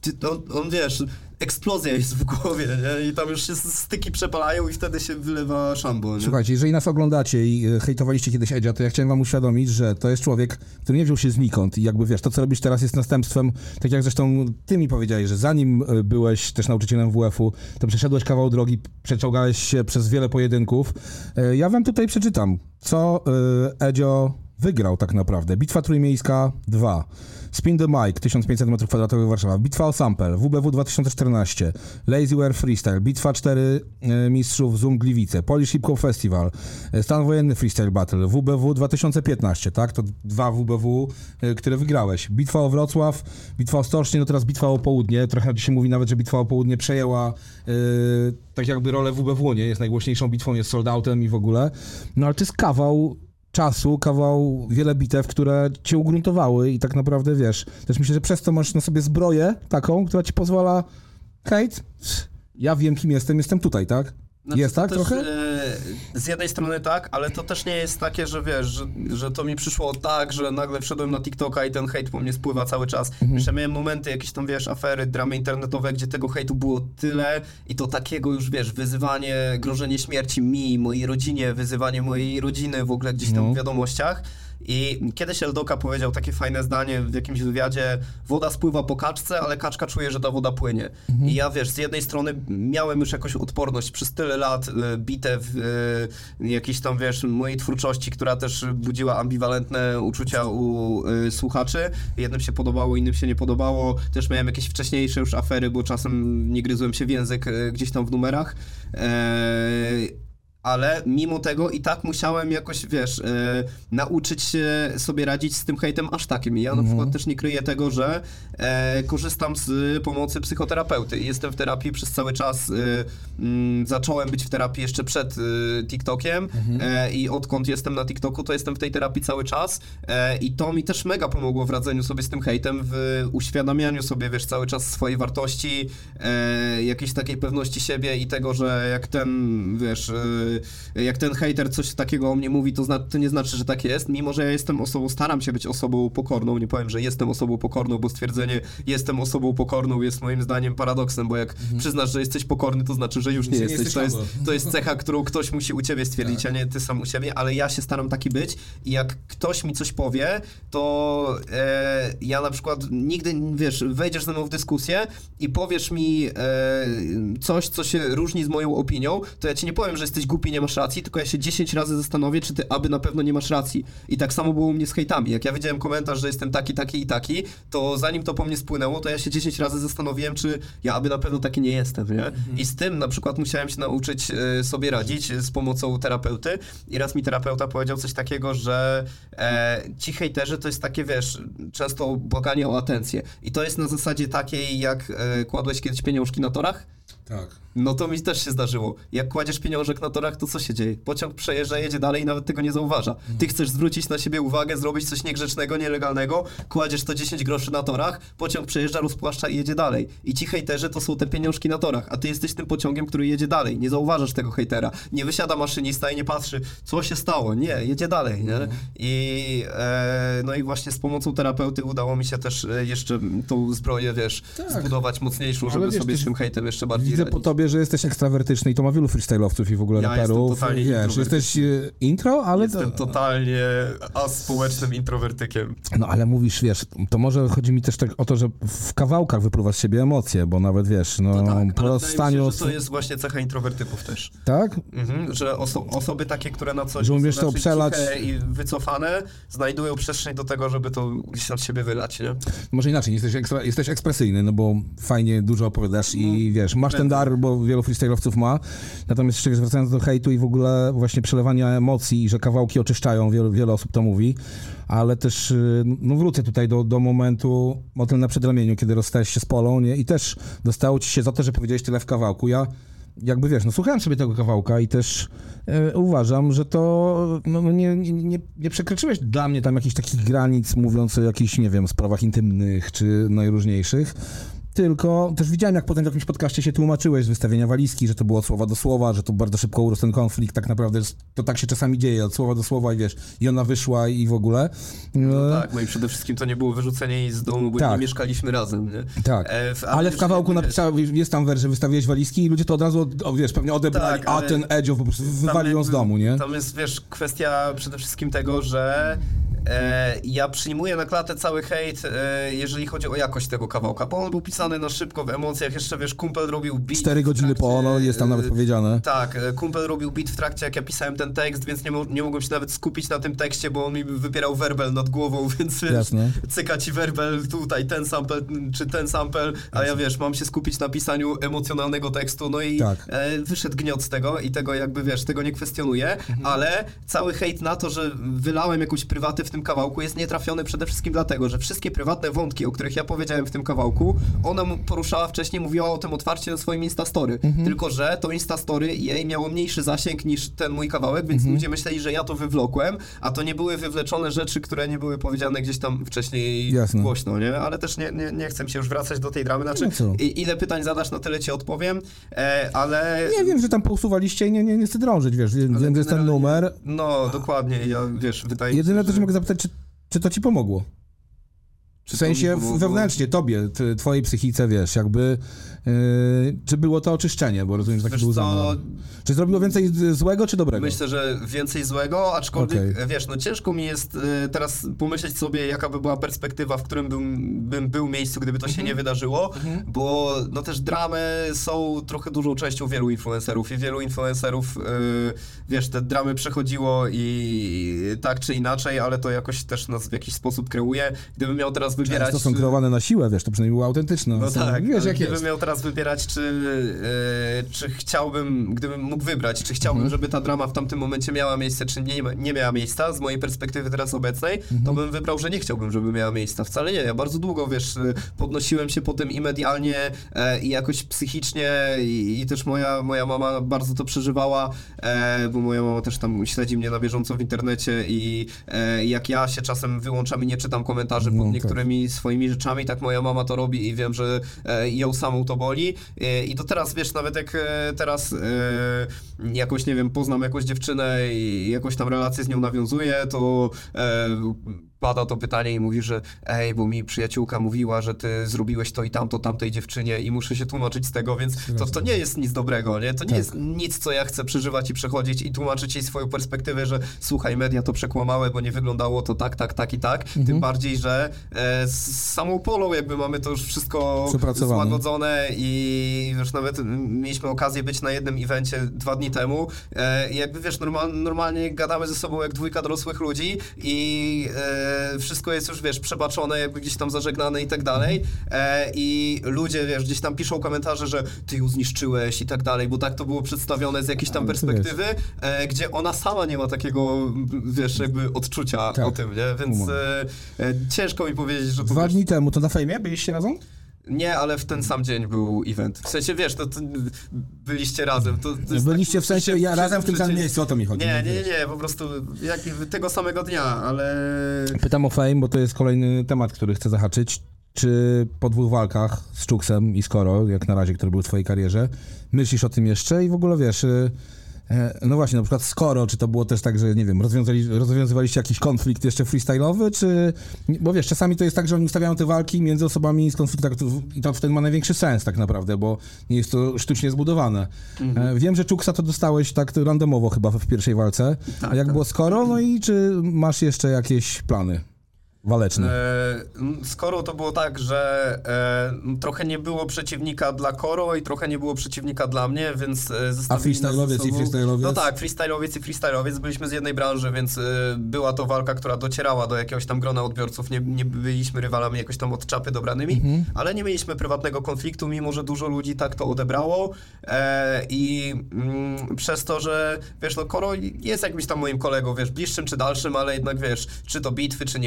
on, on wiesz, eksplozja jest w głowie, nie? I tam już się styki przepalają i wtedy się wylewa szambo, nie? Słuchajcie, jeżeli nas oglądacie i hejtowaliście kiedyś Edzia, to ja chciałem wam uświadomić, że to jest człowiek, który nie wziął się znikąd i jakby wiesz, to co robisz teraz jest następstwem, tak jak zresztą ty mi powiedziałeś, że zanim byłeś też nauczycielem W F-u, to przeszedłeś kawał drogi, przeciągałeś się przez wiele pojedynków. Ja wam tutaj przeczytam, co Edzio wygrał tak naprawdę. Bitwa Trójmiejska dwa. Spin the Mic, tysiąc pięćset metrów kwadratowych Warszawa. Bitwa o Sample, W B W dwa tysiące czternaście. Lazyware Freestyle, Bitwa cztery e, mistrzów Zoom Gliwice. Polish Hip Hop Festival, e, Stan Wojenny Freestyle Battle, W B W dwa tysiące piętnaście, tak? To dwa W B W, e, które wygrałeś. Bitwa o Wrocław, Bitwa o Stocznie, no teraz Bitwa o Południe. Trochę się mówi nawet, że Bitwa o Południe przejęła e, tak jakby rolę W B W, nie? Jest najgłośniejszą bitwą, jest sold outem i w ogóle. No ale to jest kawał czasu, kawał, wiele bitew, które cię ugruntowały i tak naprawdę, wiesz, też myślę, że przez to masz na sobie zbroję taką, która ci pozwala, hejt, ja wiem kim jestem, jestem tutaj, tak? Znaczy, jest tak też, trochę? E, z jednej strony tak, ale to też nie jest takie, że wiesz, że, że to mi przyszło tak, że nagle wszedłem na TikToka i ten hejt po mnie spływa cały czas. Mhm. Jeszcze miałem momenty, jakieś tam, wiesz, afery, dramy internetowe, gdzie tego hejtu było tyle i to takiego już, wiesz, wyzywanie, grożenie śmierci mi, mojej rodzinie, wyzywanie mojej rodziny w ogóle gdzieś tam no. w wiadomościach. I kiedyś Eldoka powiedział takie fajne zdanie w jakimś wywiadzie: woda spływa po kaczce, ale kaczka czuje, że ta woda płynie. Mhm. I ja, wiesz, z jednej strony miałem już jakąś odporność przez tyle lat e, bitew, e, jakiejś tam, wiesz, mojej twórczości, która też budziła ambiwalentne uczucia u e, słuchaczy. Jednym się podobało, innym się nie podobało. Też miałem jakieś wcześniejsze już afery, bo czasem nie gryzłem się w język e, gdzieś tam w numerach. E, Ale mimo tego i tak musiałem jakoś, wiesz, e, nauczyć się sobie radzić z tym hejtem aż takim. I ja na przykład mm-hmm. też nie kryję tego, że e, korzystam z pomocy psychoterapeuty. Jestem w terapii przez cały czas. E, m, zacząłem być w terapii jeszcze przed e, TikTokiem mm-hmm. e, i odkąd jestem na TikToku, to jestem w tej terapii cały czas. E, I to mi też mega pomogło w radzeniu sobie z tym hejtem, w uświadamianiu sobie, wiesz, cały czas swojej wartości, e, jakiejś takiej pewności siebie i tego, że jak ten, wiesz... E, jak ten hejter coś takiego o mnie mówi, to, zna, to nie znaczy, że tak jest, mimo że ja jestem osobą, staram się być osobą pokorną, nie powiem, że jestem osobą pokorną, bo stwierdzenie jestem osobą pokorną jest moim zdaniem paradoksem, bo jak mhm. przyznasz, że jesteś pokorny, to znaczy, że już nie, nie jesteś, jesteś to, jest, to jest cecha, którą ktoś musi u ciebie stwierdzić, tak. a nie ty sam u siebie, ale ja się staram taki być i jak ktoś mi coś powie, to e, ja na przykład nigdy, wiesz, wejdziesz ze mną w dyskusję i powiesz mi e, coś, co się różni z moją opinią, to ja ci nie powiem, że jesteś głupi, nie masz racji, tylko ja się dziesięć razy zastanowię, czy ty aby na pewno nie masz racji. I tak samo było u mnie z hejtami. Jak ja widziałem komentarz, że jestem taki, taki i taki, to zanim to po mnie spłynęło, to ja się dziesięć razy zastanowiłem, czy ja aby na pewno taki nie jestem, nie? Mhm. I z tym na przykład musiałem się nauczyć y, sobie radzić z pomocą terapeuty. I raz mi terapeuta powiedział coś takiego, że e, ci hejterzy to jest takie, wiesz, często błaganie o atencję. I to jest na zasadzie takiej, jak e, kładłeś kiedyś pieniążki na torach? Tak. No to mi też się zdarzyło. Jak kładziesz pieniążek na torach, to co się dzieje? Pociąg przejeżdża, jedzie dalej i nawet tego nie zauważa. Ty chcesz zwrócić na siebie uwagę, zrobić coś niegrzecznego, nielegalnego, kładziesz to dziesięć groszy na torach, pociąg przejeżdża, rozpłaszcza i jedzie dalej. I ci hejterzy to są te pieniążki na torach, a ty jesteś tym pociągiem, który jedzie dalej. Nie zauważasz tego hejtera. Nie wysiada maszynista i nie patrzy, co się stało. Nie, jedzie dalej, nie? I e, no i właśnie z pomocą terapeuty udało mi się też jeszcze tą zbroję, wiesz, tak. zbudować mocniejszą, żeby wiesz, sobie z tym hejtem jeszcze bardziej widzę radzić. Po tobie, że jesteś ekstrawertyczny i to ma wielu freestyle'owców i w ogóle ja raperów. Wiesz, jesteś intro, ale... Jestem to... totalnie aspołecznym introwertykiem. No ale mówisz, wiesz, to może chodzi mi też tak o to, że w kawałkach wypływa z siebie emocje, bo nawet wiesz, no, no tak, po rozstaniu... Się, że to jest właśnie cecha introwertyków też. Tak? Mhm, że oso osoby takie, które na coś że umiesz to przelać i wycofane, znajdują przestrzeń do tego, żeby to gdzieś od siebie wylać, nie? Może inaczej, jesteś, ekstra, jesteś ekspresyjny, no bo fajnie dużo opowiadasz i no, wiesz, masz ten dar, bo wielu freestyle'owców ma, natomiast jeszcze zwracając do hejtu i w ogóle właśnie przelewania emocji i że kawałki oczyszczają, wiele, wiele osób to mówi, ale też, no wrócę tutaj do, do momentu, motyl na przedramieniu, kiedy rozstałeś się z Polą, nie? I też dostało ci się za to, że powiedziałeś tyle w kawałku. Ja jakby wiesz, no słuchałem sobie tego kawałka i też e, uważam, że to no, nie, nie, nie przekroczyłeś dla mnie tam jakichś takich granic, mówiąc o jakichś, nie wiem, sprawach intymnych czy najróżniejszych. tylko też widziałem, jak potem w jakimś podcaście się tłumaczyłeś z wystawienia walizki, że to było od słowa do słowa, że to bardzo szybko urósł ten konflikt, tak naprawdę to tak się czasami dzieje, od słowa do słowa i wiesz, i ona wyszła i w ogóle. No tak, bo i przede wszystkim to nie było wyrzucenie jej z domu, bo tak. nie mieszkaliśmy razem, nie? Tak, e, w, ale, ale w kawałku napisałeś, jest tam wers, że wystawiłeś walizki i ludzie to od razu, o, wiesz, pewnie odebrali, tak, a ten Edzio po prostu wywalił ją z domu, nie? Tam jest, wiesz, kwestia przede wszystkim tego, że E, ja przyjmuję na klatę cały hejt, e, jeżeli chodzi o jakość tego kawałka, bo on był pisany na szybko, w emocjach, jeszcze wiesz, kumpel robił beat. Cztery godziny trakcie, po, no jest tam nawet powiedziane. Tak, kumpel robił beat w trakcie, jak ja pisałem ten tekst, więc nie, mo- nie mogłem się nawet skupić na tym tekście, bo on mi wypierał werbel nad głową, więc Jasne. cyka ci werbel tutaj, ten sample, czy ten sample, a ja wiesz, mam się skupić na pisaniu emocjonalnego tekstu, no i tak. e, wyszedł gniot z tego i tego jakby, wiesz, tego nie kwestionuję, mhm. ale cały hejt na to, że wylałem jakąś prywatę w tym kawałku jest nietrafiony przede wszystkim dlatego, że wszystkie prywatne wątki, o których ja powiedziałem w tym kawałku, ona poruszała wcześniej, mówiła o tym otwarcie na swoim Instastory. Mhm. Tylko że to Instastory jej miało mniejszy zasięg niż ten mój kawałek, więc mhm. ludzie myśleli, że ja to wywlokłem, a to nie były wywleczone rzeczy, które nie były powiedziane gdzieś tam wcześniej Jasne. głośno, nie? Ale też nie, nie, nie chcę się już wracać do tej dramy. Znaczy, no i, ile pytań zadasz, na tyle ci odpowiem, e, ale... Nie wiem, że tam pousuwaliście i nie, nie, nie chcę drążyć, wiesz, wiem, że jest ten numer. No, dokładnie, ja, wiesz, wydaje Jedyne mi się, to, że mogę zapytać, czy, czy to ci pomogło? W sensie wewnętrznie, tobie, ty, twojej psychice, wiesz, jakby, yy, czy było to oczyszczenie, bo rozumiem, że taki był zamysł. Czy zrobiło więcej złego, czy dobrego? Myślę, że więcej złego, aczkolwiek, okay. wiesz, no ciężko mi jest y, teraz pomyśleć sobie, jaka by była perspektywa, w którym bym, bym był miejscu, gdyby to się mm-hmm. nie wydarzyło, mm-hmm. bo no też dramy są trochę dużą częścią wielu influencerów i wielu influencerów, y, wiesz, te dramy przechodziło i tak czy inaczej, ale to jakoś też nas w jakiś sposób kreuje. Gdybym miał teraz wybierać... Często są kreowane na siłę, wiesz, to przynajmniej było autentyczne. No są, tak, wiesz, jak gdybym jest. miał teraz wybierać, czy, yy, czy chciałbym, gdybym mógł wybrać, czy chciałbym, mm-hmm. żeby ta drama w tamtym momencie miała miejsce, czy nie, nie miała miejsca, z mojej perspektywy teraz obecnej, mm-hmm. to bym wybrał, że nie chciałbym, żeby miała miejsca. Wcale nie, ja bardzo długo, wiesz, podnosiłem się po tym i medialnie, e, i jakoś psychicznie, i, i też moja, moja mama bardzo to przeżywała, e, bo moja mama też tam śledzi mnie na bieżąco w internecie i e, jak ja się czasem wyłączam i nie czytam komentarzy pod no, niektórymi tak. swoimi rzeczami, tak moja mama to robi i wiem, że e, ją samą to boli. E, I to teraz, wiesz, nawet jak e, teraz e, jakoś, nie wiem, poznam jakąś dziewczynę i jakoś tam relację z nią nawiązuję, to e, pada to pytanie i mówi, że ej, bo mi przyjaciółka mówiła, że ty zrobiłeś to i tamto tamtej dziewczynie i muszę się tłumaczyć z tego, więc to, to nie jest nic dobrego, nie? To nie tak. jest nic, co ja chcę przeżywać i przechodzić i tłumaczyć jej swoją perspektywę, że słuchaj, media to przekłamały, bo nie wyglądało to tak, tak, tak i tak. Mhm. Tym bardziej, że e, z samą Polą jakby mamy to już wszystko złagodzone i już nawet mieliśmy okazję być na jednym evencie dwa dni temu e, i jakby wiesz, normal, normalnie gadamy ze sobą jak dwójka dorosłych ludzi i e, wszystko jest już, wiesz, przebaczone, jakby gdzieś tam zażegnane i tak dalej e, i ludzie, wiesz, gdzieś tam piszą komentarze, że ty ją zniszczyłeś i tak dalej, bo tak to było przedstawione z jakiejś tam perspektywy, e, gdzie ona sama nie ma takiego, wiesz, jakby odczucia tak. o tym, nie? Więc e, e, ciężko mi powiedzieć, że to... Dwa wiesz, dni temu to na fejmie byliście razem? Nie, ale w ten sam dzień był event. W sensie, wiesz, to, to byliście razem. To, to byliście tak, w sensie, ja razem w tym samym miejscu, o to mi chodzi. Nie, nie, nie, nie, po prostu jak, tego samego dnia, ale... Pytam o Fame, bo to jest kolejny temat, który chcę zahaczyć. Czy po dwóch walkach z Czuksem i Skoro, jak na razie, który był w twojej karierze, myślisz o tym jeszcze i w ogóle, wiesz... No właśnie, na przykład Skoro, czy to było też tak, że nie wiem, rozwiązali, rozwiązywaliście jakiś konflikt jeszcze freestyle'owy, czy... Bo wiesz, czasami to jest tak, że oni ustawiają te walki między osobami z konfliktach i to wtedy ma największy sens tak naprawdę, bo nie jest to sztucznie zbudowane. Mhm. Wiem, że Czuksa to dostałeś tak randomowo chyba w pierwszej walce. Tak, a jak tak. było Skoro, no i czy masz jeszcze jakieś plany waleczne? E, Skoro to było tak, że e, trochę nie było przeciwnika dla Koro i trochę nie było przeciwnika dla mnie, więc e, A freestyle'owiec i freestyle'owiec? No tak, freestyle'owiec i freestyle'owiec. Byliśmy z jednej branży, więc e, była to walka, która docierała do jakiegoś tam grona odbiorców. Nie, nie byliśmy rywalami jakoś tam od czapy dobranymi, mhm. ale nie mieliśmy prywatnego konfliktu, mimo że dużo ludzi tak to odebrało. E, I mm, przez to, że wiesz, no Koro jest jakimś tam moim kolegą, wiesz, bliższym czy dalszym, ale jednak wiesz, czy to bitwy, czy nie bitwy,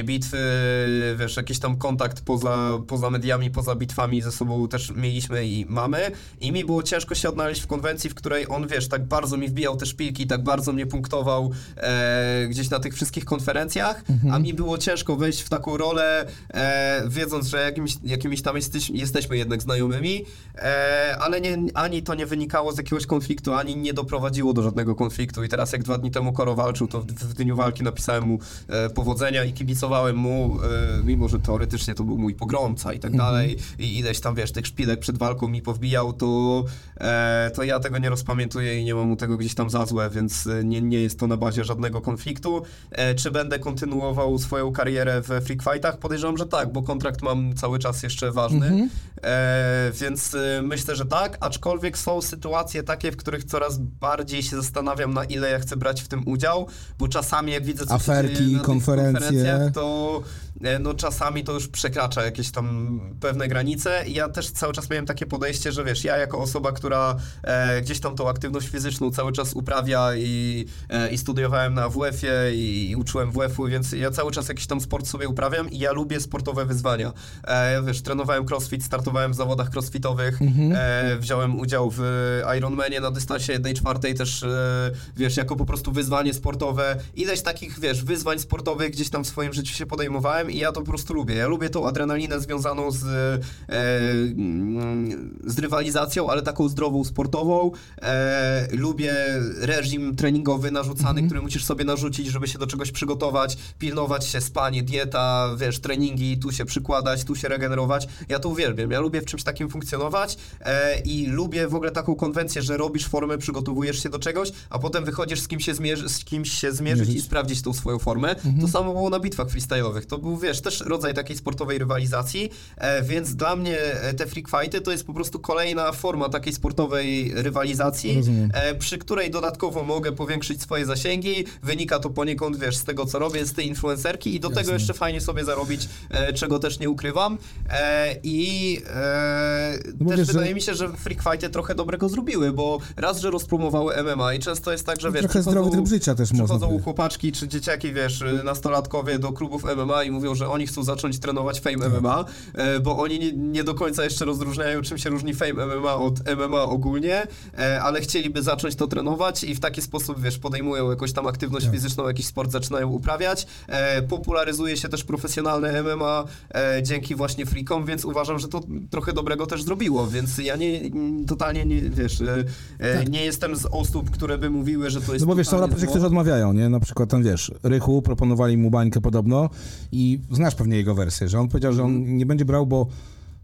wiesz, jakiś tam kontakt poza, poza mediami, poza bitwami ze sobą też mieliśmy i mamy i mi było ciężko się odnaleźć w konwencji, w której on, wiesz, tak bardzo mi wbijał te szpilki, tak bardzo mnie punktował e, gdzieś na tych wszystkich konferencjach, mhm. a mi było ciężko wejść w taką rolę, e, wiedząc, że jakimiś, jakimiś tam jesteś, jesteśmy jednak znajomymi, e, ale nie, ani to nie wynikało z jakiegoś konfliktu, ani nie doprowadziło do żadnego konfliktu i teraz jak dwa dni temu Koro walczył, to w, w dniu walki napisałem mu e, powodzenia i kibicowałem mu, e, mimo że teoretycznie to był mój pogromca i tak mhm. dalej i ileś tam, wiesz, tych szpilek przed walką mi powbijał, to, e, to ja tego nie rozpamiętuję i nie mam mu tego gdzieś tam za złe, więc nie, nie jest to na bazie żadnego konfliktu. E, czy będę kontynuował swoją karierę w freak fightach? Podejrzewam, że tak, bo kontrakt mam cały czas jeszcze ważny, mhm. e, więc e, myślę, że tak, aczkolwiek są sytuacje takie, w których coraz bardziej się zastanawiam, na ile ja chcę brać w tym udział, bo czasami jak widzę, co aferki, się dzieje na konferencje, konferencjach, to e, no czasami to już przekracza jakieś tam pewne granice i ja też cały czas miałem takie podejście, że wiesz, ja jako osoba, która e, gdzieś tam tą aktywność fizyczną cały czas uprawia i, e, i studiowałem na W F-ie i, i uczyłem W F-u, więc ja cały czas jakiś tam sport sobie uprawiam i ja lubię sportowe wyzwania. E, wiesz, trenowałem crossfit, startowałem w zawodach crossfitowych, mhm. e, wziąłem udział w Ironmanie na dystansie jednej czwartej też, e, wiesz, jako po prostu wyzwanie sportowe. Ileś takich, wiesz, wyzwań sportowych gdzieś tam w swoim życiu się podejmowałem i ja to po prostu lubię. Ja lubię tą adrenalinę związaną z, e, z rywalizacją, ale taką zdrową, sportową. E, lubię reżim treningowy narzucany, mm-hmm. który musisz sobie narzucić, żeby się do czegoś przygotować, pilnować się, spanie, dieta, wiesz, treningi, tu się przykładać, tu się regenerować. Ja to uwielbiam. Ja lubię w czymś takim funkcjonować e, i lubię w ogóle taką konwencję, że robisz formę, przygotowujesz się do czegoś, a potem wychodzisz z kim się, zmierzy, z kimś się zmierzyć Mierzyć. i sprawdzić tą swoją formę. Mm-hmm. To samo było na bitwach freestyle'owych. To był, wiesz, też rodzaj takiej sportowej rywalizacji, e, więc dla mnie te freak fighty to jest po prostu kolejna forma takiej sportowej rywalizacji, e, przy której dodatkowo mogę powiększyć swoje zasięgi. Wynika to poniekąd, wiesz, z tego, co robię, z tej influencerki i do Jasne. tego jeszcze fajnie sobie zarobić, e, czego też nie ukrywam. E, I e, no też wiesz, wydaje że... mi się, że freak fighty trochę dobrego zrobiły, bo raz, że rozpromowały M M A i często jest tak, że wiesz, trochę zdrowy tryb życia też przychodzą chłopaczki czy dzieciaki, wiesz, nastolatkowie do klubów M M A i mówią, że oni chcą zacząć trenować Fame tak. M M A, e, bo oni nie, nie do końca jeszcze rozróżniają, czym się różni Fame M M A od M M A ogólnie, e, ale chcieliby zacząć to trenować i w taki sposób, wiesz, podejmują jakąś tam aktywność tak. fizyczną, jakiś sport zaczynają uprawiać. E, popularyzuje się też profesjonalne M M A e, dzięki właśnie freakom, więc uważam, że to trochę dobrego też zrobiło, więc ja nie, totalnie nie, wiesz, e, e, tak. nie jestem z osób, które by mówiły, że to jest... No bo wiesz, są raperzy, którzy odmawiają, nie? Na przykład tam, wiesz, Rychu proponowali mu bańkę podobno i znasz pewnie jego wersję, że on powiedział, że on nie będzie brał, bo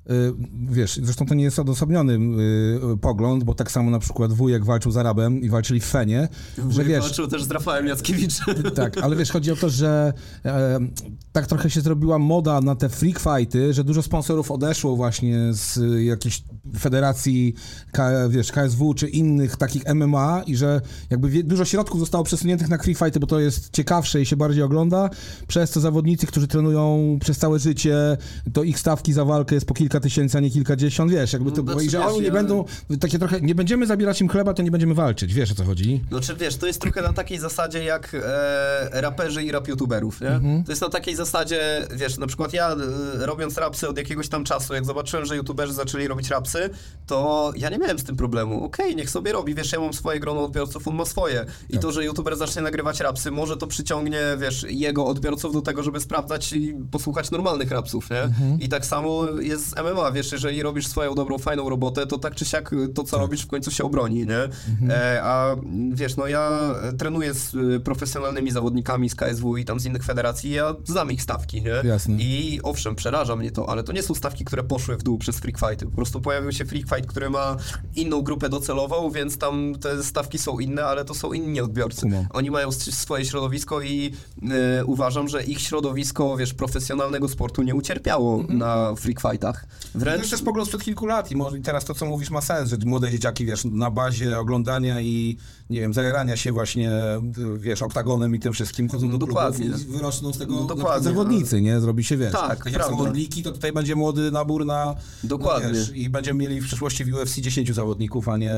wiesz, zresztą to nie jest odosobniony y, pogląd, bo tak samo na przykład Wujek walczył z Arabem i walczyli w Fenie, Wujek że wiesz... walczył też z Rafałem Jackiewiczem. Tak, ale wiesz, chodzi o to, że e, tak trochę się zrobiła moda na te freak fighty, że dużo sponsorów odeszło właśnie z jakiejś federacji, K, wiesz, K S W czy innych takich M M A i że jakby wie, dużo środków zostało przesuniętych na freak fighty, bo to jest ciekawsze i się bardziej ogląda, przez co zawodnicy, którzy trenują przez całe życie, to ich stawki za walkę jest po kilka tysięcy, a nie kilkadziesiąt, wiesz, jakby to no, było i że oni nie będą, takie trochę, nie będziemy zabierać im chleba, to nie będziemy walczyć, wiesz o co chodzi? No czy wiesz, to jest trochę na takiej zasadzie jak e, raperzy i rap youtuberów, nie? Mhm. To jest na takiej zasadzie, wiesz, na przykład ja e, robiąc rapsy od jakiegoś tam czasu, jak zobaczyłem, że youtuberzy zaczęli robić rapsy, to ja nie miałem z tym problemu. Okej, okay, niech sobie robi, wiesz, ja mam swoje grono odbiorców, on ma swoje. I tak. to, że youtuber zacznie nagrywać rapsy, może to przyciągnie, wiesz, jego odbiorców do tego, żeby sprawdzać i posłuchać normalnych rapsów, nie? Mhm. I tak samo jest z M M A, wiesz, jeżeli robisz swoją dobrą, fajną robotę, to tak czy siak to, co tak. robisz, w końcu się obroni, nie? Mhm. E, a wiesz, no ja trenuję z profesjonalnymi zawodnikami z K S W i tam z innych federacji, ja znam ich stawki, nie? Jasne. I owszem, przeraża mnie to, ale to nie są stawki, które poszły w dół przez freak fighty. Po prostu pojawił się freak fight, który ma inną grupę docelową, więc tam te stawki są inne, ale to są inni odbiorcy. No. Oni mają swoje środowisko i e, uważam, że ich środowisko, wiesz, profesjonalnego sportu nie ucierpiało mhm. na freak fightach. Wręcz... To jest pogląd sprzed kilku lat i może teraz to, co mówisz, ma sens, że młode dzieciaki, wiesz, na bazie oglądania i, nie wiem, zajarania się właśnie, wiesz, oktagonem i tym wszystkim chodzą no, do dokładnie. klubów i wyrosną z tego no, dokładnie, zawodnicy, ale... nie? Zrobi się, wiesz. Tak, jak są orliki, to tutaj będzie młody nabór na... Dokładnie. No, wiesz, i będziemy mieli w przyszłości w U F C dziesięciu zawodników, a nie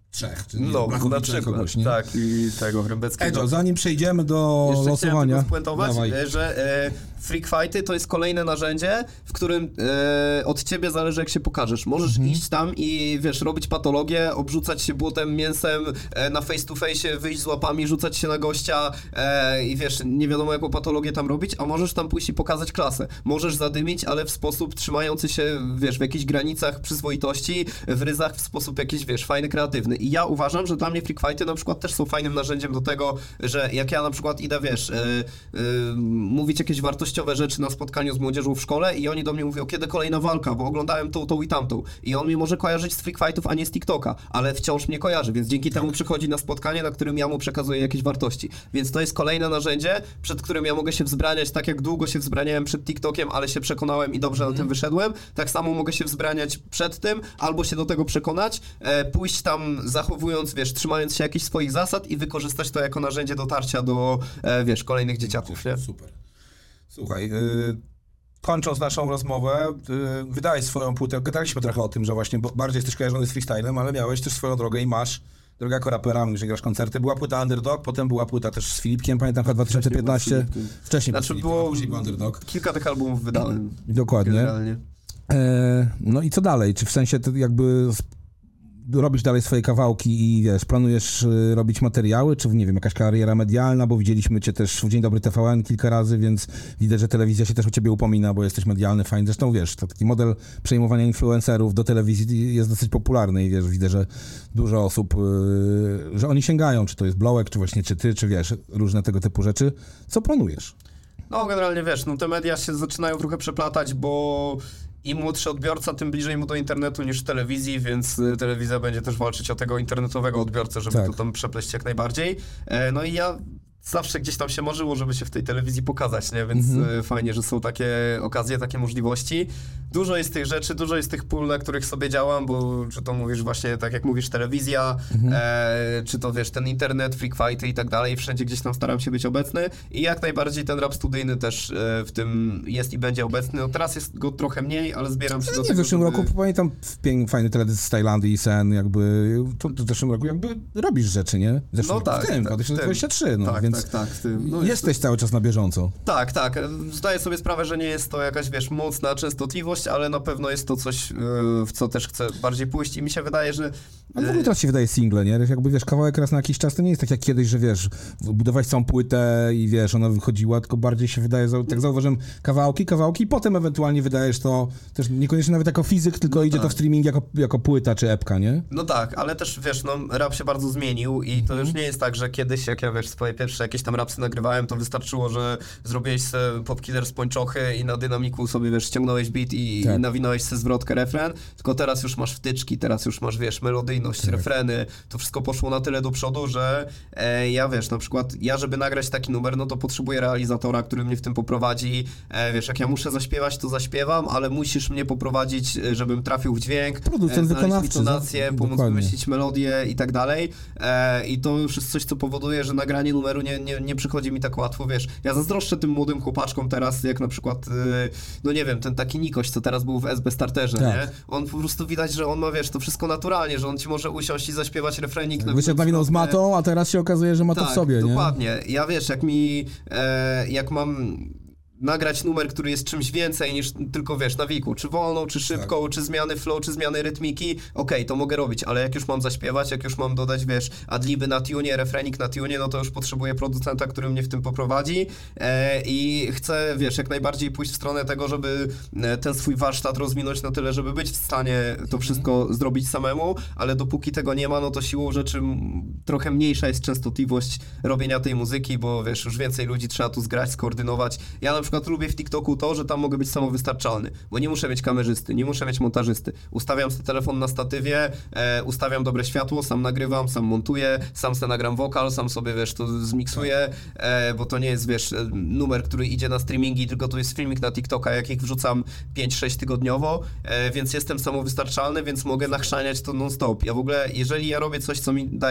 trzech. Czy no, na przykład, kogoś, nie? Tak, i tego Rembeckiego. Ejo, zanim przejdziemy do Jeszcze losowania... Jeszcze spuentować, że e, freak fighty to jest kolejne narzędzie, w którym e, od ciebie zależy, jak się pokażesz. Możesz mhm. iść tam i, wiesz, robić patologię, obrzucać się błotem, mięsem, e, na face to face, wyjść z łapami, rzucać się na gościa e, i, wiesz, nie wiadomo, jaką patologię tam robić, a możesz tam pójść i pokazać klasę. Możesz zadymić, ale w sposób trzymający się, wiesz, w jakichś granicach przyzwoitości, w ryzach, w sposób jakiś, wiesz, fajny, kreatywny. I ja uważam, że dla mnie freak fighty na przykład też są fajnym narzędziem do tego, że jak ja na przykład idę, wiesz, yy, yy, mówić jakieś wartościowe rzeczy na spotkaniu z młodzieżą w szkole i oni do mnie mówią, kiedy kolejna walka, bo oglądałem tą, tą i tamtą. I on mnie może kojarzyć z freak fightów, a nie z TikToka, ale wciąż mnie kojarzy, więc dzięki temu przychodzi na spotkanie, na którym ja mu przekazuję jakieś wartości. Więc to jest kolejne narzędzie, przed którym ja mogę się wzbraniać tak, jak długo się wzbraniałem przed TikTokiem, ale się przekonałem i dobrze mm. na tym wyszedłem. Tak samo mogę się wzbraniać przed tym, albo się do tego przekonać, e, pójść tam zachowując, wiesz, trzymając się jakichś swoich zasad i wykorzystać to jako narzędzie dotarcia do, e, wiesz, kolejnych dzieciaków, nie? Super. Słuchaj, yy, kończąc naszą rozmowę, yy, wydałeś swoją płytę, gadaliśmy trochę o tym, że właśnie bardziej jesteś kojarzony z freestylem, ale miałeś też swoją drogę i masz drogę jako rapera, że grasz koncerty. Była płyta Underdog, potem była płyta też z Filipkiem, pamiętam chyba dwa tysiące piętnaście. Wcześniej znaczy był było, później był Underdog. Kilka tych albumów wydałem. Dokładnie. Generalnie. E, no i co dalej? Czy w sensie to jakby robisz dalej swoje kawałki i wiesz, planujesz y, robić materiały, czy nie wiem, jakaś kariera medialna, bo widzieliśmy cię też w Dzień Dobry T V N kilka razy, więc widać, że telewizja się też o ciebie upomina, bo jesteś medialny, fajny. Zresztą wiesz, to taki model przejmowania influencerów do telewizji jest dosyć popularny i wiesz, widzę, że dużo osób, y, że oni sięgają, czy to jest Blowek, czy właśnie czy ty, czy wiesz, różne tego typu rzeczy. Co planujesz? No generalnie wiesz, no te media się zaczynają trochę przeplatać, bo im młodszy odbiorca, tym bliżej mu do internetu niż telewizji, więc telewizja będzie też walczyć o tego internetowego odbiorcę, żeby tak. to tam przepleść jak najbardziej. No i ja zawsze gdzieś tam się marzyło, żeby się w tej telewizji pokazać, nie? Więc mm-hmm. fajnie, że są takie okazje, takie możliwości. Dużo jest tych rzeczy, dużo jest tych pól, na których sobie działam, bo czy to mówisz właśnie, tak jak mówisz, telewizja, mm-hmm. e, czy to wiesz, ten internet, freak fighty i tak dalej, wszędzie gdzieś tam staram się być obecny i jak najbardziej ten rap studyjny też e, w tym jest i będzie obecny. No teraz jest go trochę mniej, ale zbieram się no do nie, tego, w zeszłym żeby... roku pamiętam fajny teledysk z Tajlandii i Sen, jakby to, to w zeszłym roku jakby robisz rzeczy, nie? W zeszłym no tak, w tym, dwa tysiące dwudziestym trzecim, no tak, więc tak, tak, w tym. No jesteś cały czas na bieżąco. Tak, tak. Zdaję sobie sprawę, że nie jest to jakaś, wiesz, mocna częstotliwość, ale na pewno jest to coś, w co też chcę bardziej pójść i mi się wydaje, że... Ale w ogóle teraz się wydaje single, nie? Jakby, wiesz, kawałek raz na jakiś czas to nie jest tak jak kiedyś, że wiesz, budowałeś całą płytę i wiesz, ona wychodziła, tylko bardziej się wydaje, tak zauważyłem, kawałki, kawałki i potem ewentualnie wydajesz to też niekoniecznie nawet jako fizyk, tylko no idzie tak. to w streaming jako, jako płyta czy epka, nie? No tak, ale też, wiesz, no rap się bardzo zmienił i to mm. już nie jest tak, że kiedyś, jak ja, wiesz, swoje pierwsze jakieś tam rapsy nagrywałem, to wystarczyło, że zrobiłeś sobie Popkiller z pończochy i na dynamiku sobie, wiesz, ściągnąłeś beat i, tak. i nawinąłeś sobie zwrotkę, refren, tylko teraz już masz wtyczki, teraz już masz, wiesz, melodyjność, tak. refreny, to wszystko poszło na tyle do przodu, że e, ja, wiesz, na przykład ja, żeby nagrać taki numer, no to potrzebuję realizatora, który mnie w tym poprowadzi, e, wiesz, jak ja muszę zaśpiewać, to zaśpiewam, ale musisz mnie poprowadzić, żebym trafił w dźwięk, producent e, wykonawczy, intonację, pomóc dokładnie. Wymyślić melodię i tak dalej e, i to już jest coś, co powoduje, że nagranie numeru nie, nie, nie przychodzi mi tak łatwo, wiesz, ja zazdroszczę tym młodym chłopaczkom teraz, jak na przykład, yy, no nie wiem, ten taki Nikoś, co teraz był w S B Starterze, tak. nie? On po prostu widać, że on ma, wiesz, to wszystko naturalnie, że on ci może usiąść i zaśpiewać refrenik. Tak, wyszedł nawinął z matą, a teraz się okazuje, że ma tak, to w sobie, nie? dokładnie. Ja, wiesz, jak mi, e, jak mam... nagrać numer, który jest czymś więcej niż tylko, wiesz, nawiku, czy wolną, czy szybką, tak. czy zmiany flow, czy zmiany rytmiki, okej, okay, to mogę robić, ale jak już mam zaśpiewać, jak już mam dodać, wiesz, adliby na tunie, refrenik na tunie, no to już potrzebuję producenta, który mnie w tym poprowadzi e, i chcę, wiesz, jak najbardziej pójść w stronę tego, żeby ten swój warsztat rozwinąć na tyle, żeby być w stanie to wszystko mm. zrobić samemu, ale dopóki tego nie ma, no to siłą rzeczy trochę mniejsza jest częstotliwość robienia tej muzyki, bo wiesz, już więcej ludzi trzeba tu zgrać, skoordynować. Ja na przykład lubię w TikToku to, że tam mogę być samowystarczalny, bo nie muszę mieć kamerzysty, nie muszę mieć montażysty. Ustawiam sobie telefon na statywie, e, ustawiam dobre światło, sam nagrywam, sam montuję, sam sobie nagram wokal, sam sobie, wiesz, to zmiksuję, e, bo to nie jest, wiesz, numer, który idzie na streamingi, tylko to jest filmik na TikToka, jakich wrzucam pięć sześć tygodniowo, e, więc jestem samowystarczalny, więc mogę nachrzaniać to non-stop. Ja w ogóle, jeżeli ja robię coś, co mi daje przyjemność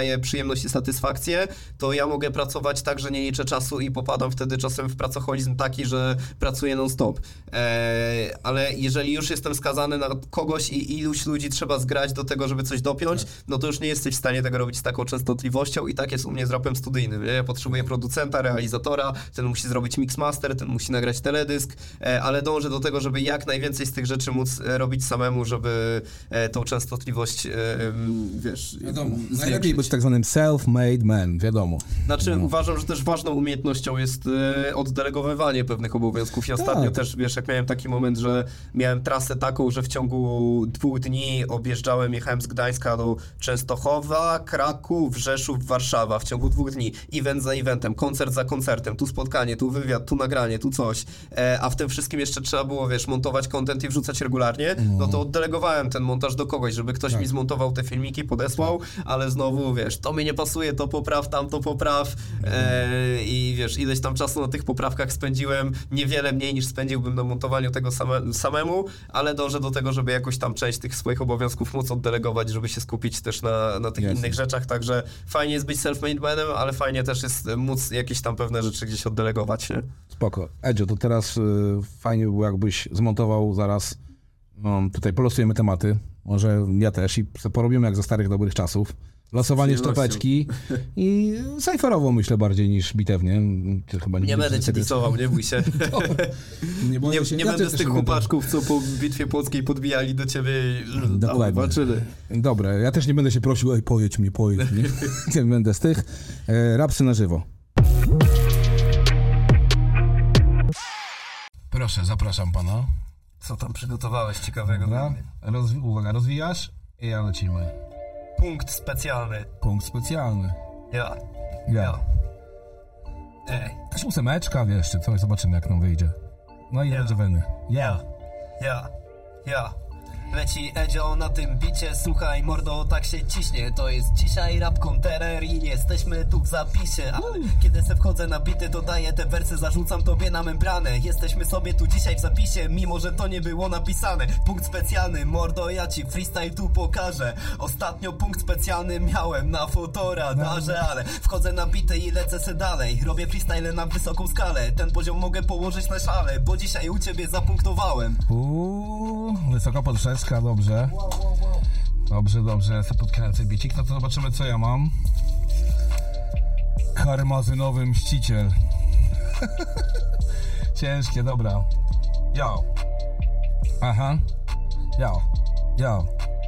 przyjemność i satysfakcję, to ja mogę pracować tak, że nie liczę czasu i popadam wtedy czasem w pracoholizm taki, że pracuję non-stop. Eee, ale jeżeli już jestem skazany na kogoś i iluś ludzi trzeba zgrać do tego, żeby coś dopiąć, no to już nie jesteś w stanie tego robić z taką częstotliwością i tak jest u mnie z rapem studyjnym. Nie? Ja potrzebuję producenta, realizatora, ten musi zrobić mixmaster, ten musi nagrać teledysk, e, ale dążę do tego, żeby jak najwięcej z tych rzeczy móc e, robić samemu, żeby e, tą częstotliwość, e, wiesz... Wiadomo, najlepiej być tak zwanym self-made man, wiadomo. Znaczy no. uważam, że też ważną umiejętnością jest e, oddelegowywanie pewnych obowiązków i ostatnio tak. też, wiesz, jak miałem taki moment, że miałem trasę taką, że w ciągu dwóch dni objeżdżałem, jechałem z Gdańska do Częstochowa, Kraków, Rzeszów, Warszawa w ciągu dwóch dni. Event za eventem, koncert za koncertem, tu spotkanie, tu wywiad, tu nagranie, tu coś. E, a w tym wszystkim jeszcze trzeba było, wiesz, montować content i wrzucać regularnie, no, no to oddelegowałem ten montaż do kogoś, żeby ktoś tak. mi zmontował te filmiki, podesłał, ale znowu, wiesz, to mi nie pasuje, to popraw, tam to popraw e, i wiesz, ileś tam czasu na tych poprawkach spędziłem, niewiele mniej niż spędziłbym na montowaniu tego same, samemu, ale dążę do tego, żeby jakoś tam część tych swoich obowiązków móc oddelegować, żeby się skupić też na, na tych Jasne. innych rzeczach, także fajnie jest być self-made manem, ale fajnie też jest móc jakieś tam pewne rzeczy gdzieś oddelegować, nie? Spoko. Edzio, to teraz y, fajnie by było, jakbyś zmontował zaraz, no, tutaj polosujemy tematy, może ja też i porobimy jak za starych dobrych czasów. Losowanie sztopeczki i cyferowo myślę bardziej niż bitewnie. Chyba nie nie będę cię disował, nie bój się. nie nie, się. nie ja będę z tych chłopaczków, co po bitwie płockiej podbijali do ciebie i tam walczyli. Dobra, ja też nie będę się prosił, ej, pojedź mnie, pojedź mnie. Nie będę z tych. E, rapsy na żywo. Proszę, zapraszam pana. Co tam przygotowałeś ciekawego? Dobra, rozwi- uwaga, rozwijasz i ja lecimy. Punkt specjalny. Punkt specjalny. Ja. Ja. ja. Ej. Jakaś ósemeczka, wiesz, czy coś, zobaczymy jak nam wyjdzie. No i jedzie weny. Ja. Ja. Ja. Leci Edzio na tym bicie, słuchaj mordo, tak się ciśnie. To jest dzisiaj rap konterer i jesteśmy tu w zapisie. Ale kiedy se wchodzę na bity, to daję te wersy, zarzucam tobie na membranę. Jesteśmy sobie tu dzisiaj w zapisie, mimo że to nie było napisane. Punkt specjalny, mordo, ja ci freestyle tu pokażę. Ostatnio punkt specjalny miałem na fotoradarze, ale wchodzę na bity i lecę se dalej. Robię freestyle na wysoką skalę, ten poziom mogę położyć na szale, bo dzisiaj u ciebie zapunktowałem. Uuu, wysoka podszewska. Dobrze. Dobrze, dobrze. Ja podkręcę bicik, no to zobaczymy co ja mam. Karmazynowy mściciel. Ciężkie, dobra. Yo. Aha. Yo. Yo.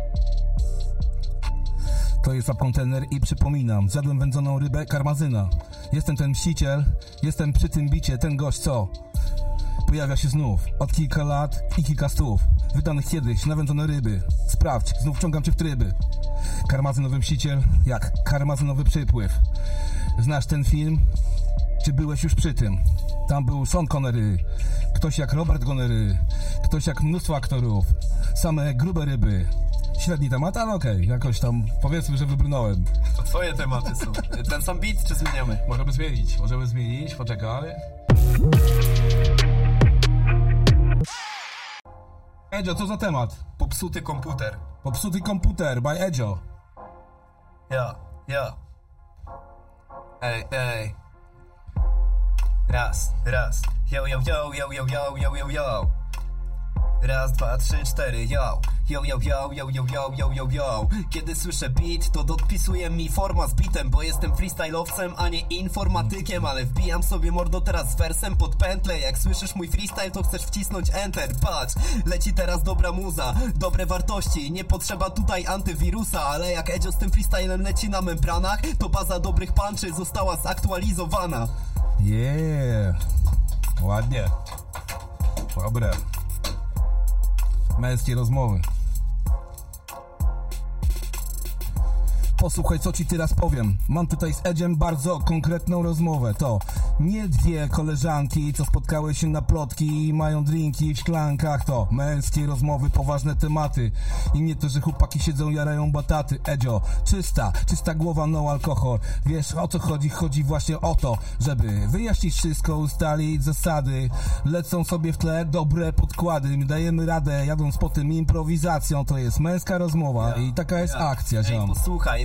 To jest kontener i przypominam, zjadłem wędzoną rybę karmazyna. Jestem ten mściciel, jestem przy tym bicie, ten gość co pojawia się znów od kilka lat i kilka stów wydanych kiedyś na wędzone ryby. Sprawdź, znów wciągam cię w tryby. Karmazynowy mściciel, jak karmazynowy przypływ. Znasz ten film? Czy byłeś już przy tym? Tam był Sean Connery, ktoś jak Robert Gonery, ktoś jak mnóstwo aktorów, same grube ryby. Średni temat, ale okej, okay, jakoś tam powiedzmy, że wybrnąłem. To twoje tematy są. Ten sam beat, czy zmieniamy? Możemy zmienić, możemy zmienić, poczekaj. Edzio, co za temat? Popsuty komputer. Popsuty komputer, by Edzio. Ja, ja. Ej, ej. Raz, raz. Yo, yo, yo, yo, yo, yo, yo, yo, yo. Raz, dwa, trzy, cztery, yo. Yo, yo, yo, yo, yo, yo, yo, yo, yo. Kiedy słyszę beat, to dopisuję mi forma z bitem, bo jestem freestyle'owcem, a nie informatykiem, ale wbijam sobie mordo teraz z wersem pod pętlę. Jak słyszysz mój freestyle, to chcesz wcisnąć enter. Patrz, leci teraz dobra muza, dobre wartości, nie potrzeba tutaj antywirusa, ale jak Edzio z tym freestylem leci na membranach, to baza dobrych punchy została zaktualizowana. Yeah, ładnie. Dobre. Męskie rozmowy. Posłuchaj, co ci teraz powiem. Mam tutaj z Edziem bardzo konkretną rozmowę. To nie dwie koleżanki, co spotkały się na plotki i mają drinki w szklankach. To męskie rozmowy, poważne tematy. I nie to, że chłopaki siedzą, jarają bataty. Edzio, czysta, czysta głowa, no alkohol. Wiesz, o co chodzi? Chodzi właśnie o to, żeby wyjaśnić wszystko, ustalić zasady. Lecą sobie w tle dobre podkłady. My dajemy radę, jadąc po tym improwizacją. To jest męska rozmowa ja, i taka jest ja. akcja, ziom. Ej, posłuchaj,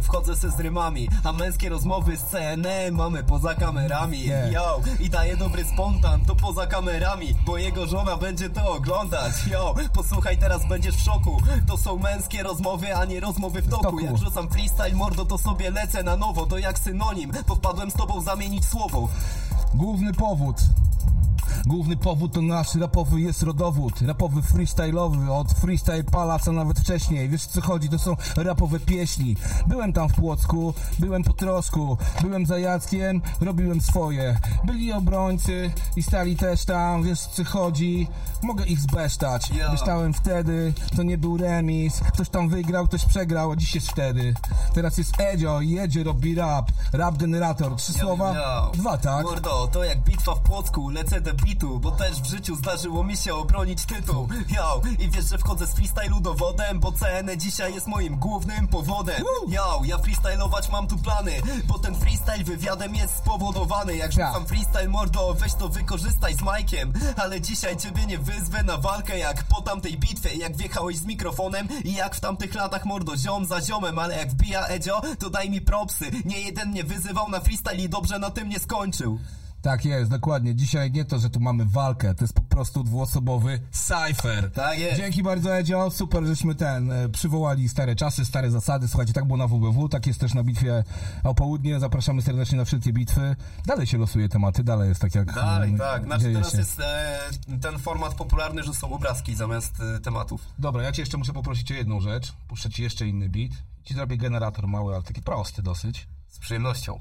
wchodzę se z rymami, a męskie rozmowy z C N N mamy poza kamerami. Yeah. Yo, i daje dobry spontan, to poza kamerami, bo jego żona będzie to oglądać. Yo, posłuchaj, teraz będziesz w szoku. To są męskie rozmowy, a nie rozmowy w toku. toku. Jak rzucam freestyle, mordo, to sobie lecę na nowo. To jak synonim, bo wpadłem z tobą zamienić słowo. Główny powód Główny powód to nasz rapowy jest rodowód. Rapowy freestyle'owy, od Freestyle Palace, a nawet wcześniej. Wiesz co chodzi, to są rapowe pieśni. Byłem tam w Płocku, byłem po Trosku, byłem za Jackiem, robiłem swoje. Byli obrońcy i stali też tam, wiesz co chodzi. Mogę ich zbesztać. Yeah. Myślałem wtedy, to nie był remis. Ktoś tam wygrał, ktoś przegrał, a dziś jest wtedy. Teraz jest Edzio i Edzio robi rap. Rap generator, trzy Yo, słowa? yo. Dwa, tak? Mordo, to jak bitwa w Płocku, lecę do bitu, bo też w życiu zdarzyło mi się obronić tytuł. Yo, i wiesz, że wchodzę z freestylu dowodem, bo C N dzisiaj jest moim głównym powodem. Yo, ja freestylować mam tu plany, bo ten freestyle wywiadem jest spowodowany. Jak rzucam freestyle, mordo, weź to wykorzystaj z Majkiem, ale dzisiaj ciebie nie wyzwę na walkę jak po tamtej bitwie, jak wjechałeś z mikrofonem i jak w tamtych latach, mordo, ziom za ziomem, ale jak wbija Edzio, to daj mi propsy. Nie jeden mnie wyzywał na freestyle i dobrze na tym nie skończył. Tak jest, dokładnie. Dzisiaj nie to, że tu mamy walkę, to jest po prostu dwuosobowy cypher. Tak jest. Dzięki bardzo, Edzio. Super, żeśmy ten e, przywołali stare czasy, stare zasady. Słuchajcie, tak było na W B W, tak jest też na bitwie o południe. Zapraszamy serdecznie na wszystkie bitwy. Dalej się losuje tematy, dalej jest tak jak... Dalej, m, tak. Znaczy dzieje teraz się. jest e, ten format popularny, że są obrazki zamiast e, tematów. Dobra, ja cię jeszcze muszę poprosić o jedną rzecz. Puszczę ci jeszcze inny beat. Ci zrobię generator mały, ale taki prosty dosyć. Z przyjemnością.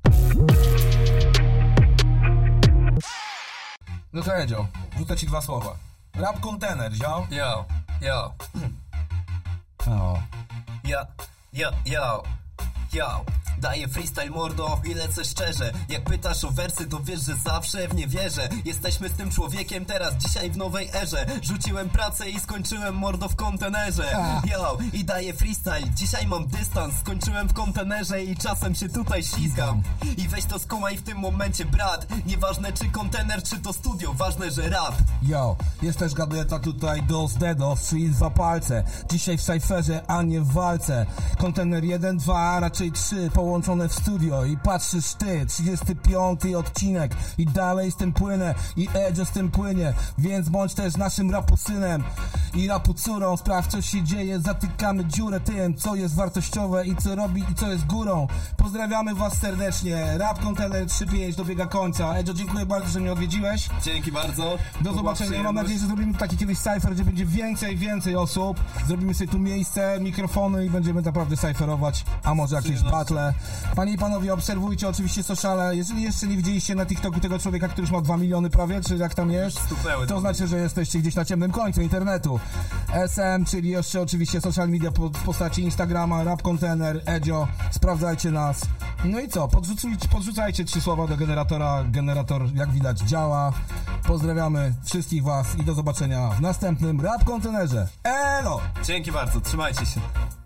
No to Edzio, rzucę ci dwa słowa. Rap kontener, zio? Yo, yo, O. yo, yo, yo, yo. Daję freestyle, mordo, i lecę szczerze. Jak pytasz o wersy, to wiesz, że zawsze w nie wierzę. Jesteśmy z tym człowiekiem teraz, dzisiaj w nowej erze. Rzuciłem pracę i skończyłem, mordo, w kontenerze. Yo, i daję freestyle, dzisiaj mam dystans. Skończyłem w kontenerze i czasem się tutaj ślizgam. I weź to skumaj w tym momencie, brat. Nieważne czy kontener, czy to studio, ważne, że rap. Yo, jest też gadeta tutaj dos dedos, czyli dwa palce. Dzisiaj w cyferze, a nie w walce. Kontener jeden, dwa, a raczej trzy, połączone w studio. I patrzysz ty, trzydziesty piąty odcinek. I dalej z tym płynę, i Edzio z tym płynie. Więc bądź też naszym rapusynem i rapucurą. Sprawdź co się dzieje, zatykamy dziurę tym, co jest wartościowe i co robi i co jest górą. Pozdrawiamy was serdecznie. Rap Kontener trzy pięć dobiega końca. Edzio, dziękuję bardzo, że mnie odwiedziłeś. Dzięki bardzo. Do zobaczenia. Mam nadzieję, że zrobimy taki kiedyś cypher, gdzie będzie więcej, więcej osób. Zrobimy sobie tu miejsce, mikrofony i będziemy naprawdę cypherować, a może jakieś battle. Panie i panowie, obserwujcie oczywiście sociale. Jeżeli jeszcze nie widzieliście na TikToku tego człowieka, który już ma dwa miliony prawie, czy jak tam jest, to znaczy, że jesteście gdzieś na ciemnym końcu internetu. S M, czyli jeszcze oczywiście social media w postaci Instagrama, Rap Kontener, Edzio. Sprawdzajcie nas. No i co? Podrzucujcie, podrzucajcie trzy słowa do generatora. Generator, jak widać, działa. Pozdrawiamy wszystkich was i do zobaczenia w następnym Rap Kontenerze. Elo! Dzięki bardzo, trzymajcie się.